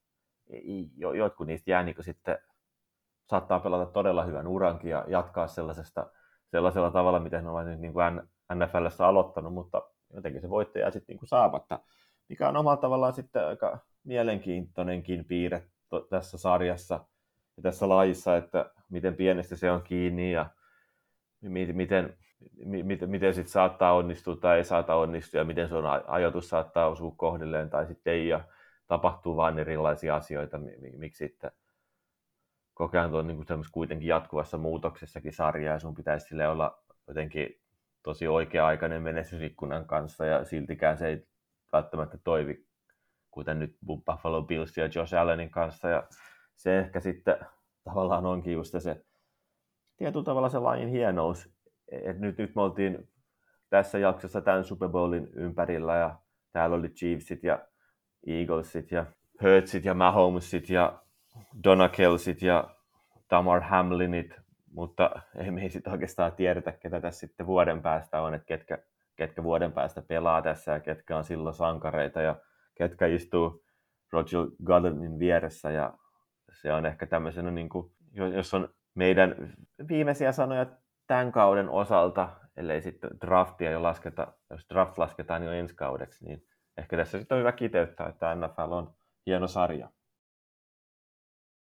jotkut niistä jää niin sitten saattaa pelata todella hyvän urankin ja jatkaa sellaisesta, sellaisella tavalla, miten ne ovat nyt niin kuin N F L:ssä aloittanut, mutta jotenkin se voittaja jää sitten niin kuin saamatta, mikä on omalla tavallaan sitten aika mielenkiintoinenkin piirre tässä sarjassa ja tässä lajissa, että miten pienestä se on kiinni ja miten, miten, miten, miten sitten saattaa onnistua tai ei saata onnistua ja miten sun ajoitus saattaa osua kohdilleen tai sitten ei ja tapahtuu vain erilaisia asioita, miksi sitten koko ajan on niin kuitenkin jatkuvassa muutoksessakin sarjaa ja sun pitäisi sille olla jotenkin tosi oikea-aikainen menestysikkunan kanssa ja siltikään se ei välttämättä toivi, kuten nyt Buffalo Bills ja Josh Allenin kanssa ja se ehkä sitten tavallaan onkin just se tietyllä tavalla se lajin hienous. Et nyt, nyt me oltiin tässä jaksossa tämän Super Bowlin ympärillä ja täällä oli Chiefsit ja Eaglesit ja Hurtsit ja Mahomesit ja Donakelsit ja Damar Hamlinit, mutta ei me ei sitten oikeastaan tiedetä, ketä tässä sitten vuoden päästä on, että ketkä, ketkä vuoden päästä pelaa tässä ja ketkä on silloin sankareita ja ketkä istuu Roger Goodellin vieressä ja se on ehkä tämmöisenä, niin kuin, jos on meidän viimeisiä sanoja tämän kauden osalta, ellei sitten draftia jo lasketa, jos draft lasketaan jo ensi kaudeksi, niin ehkä tässä sitten on hyvä kiteyttää, että N F L on hieno sarja.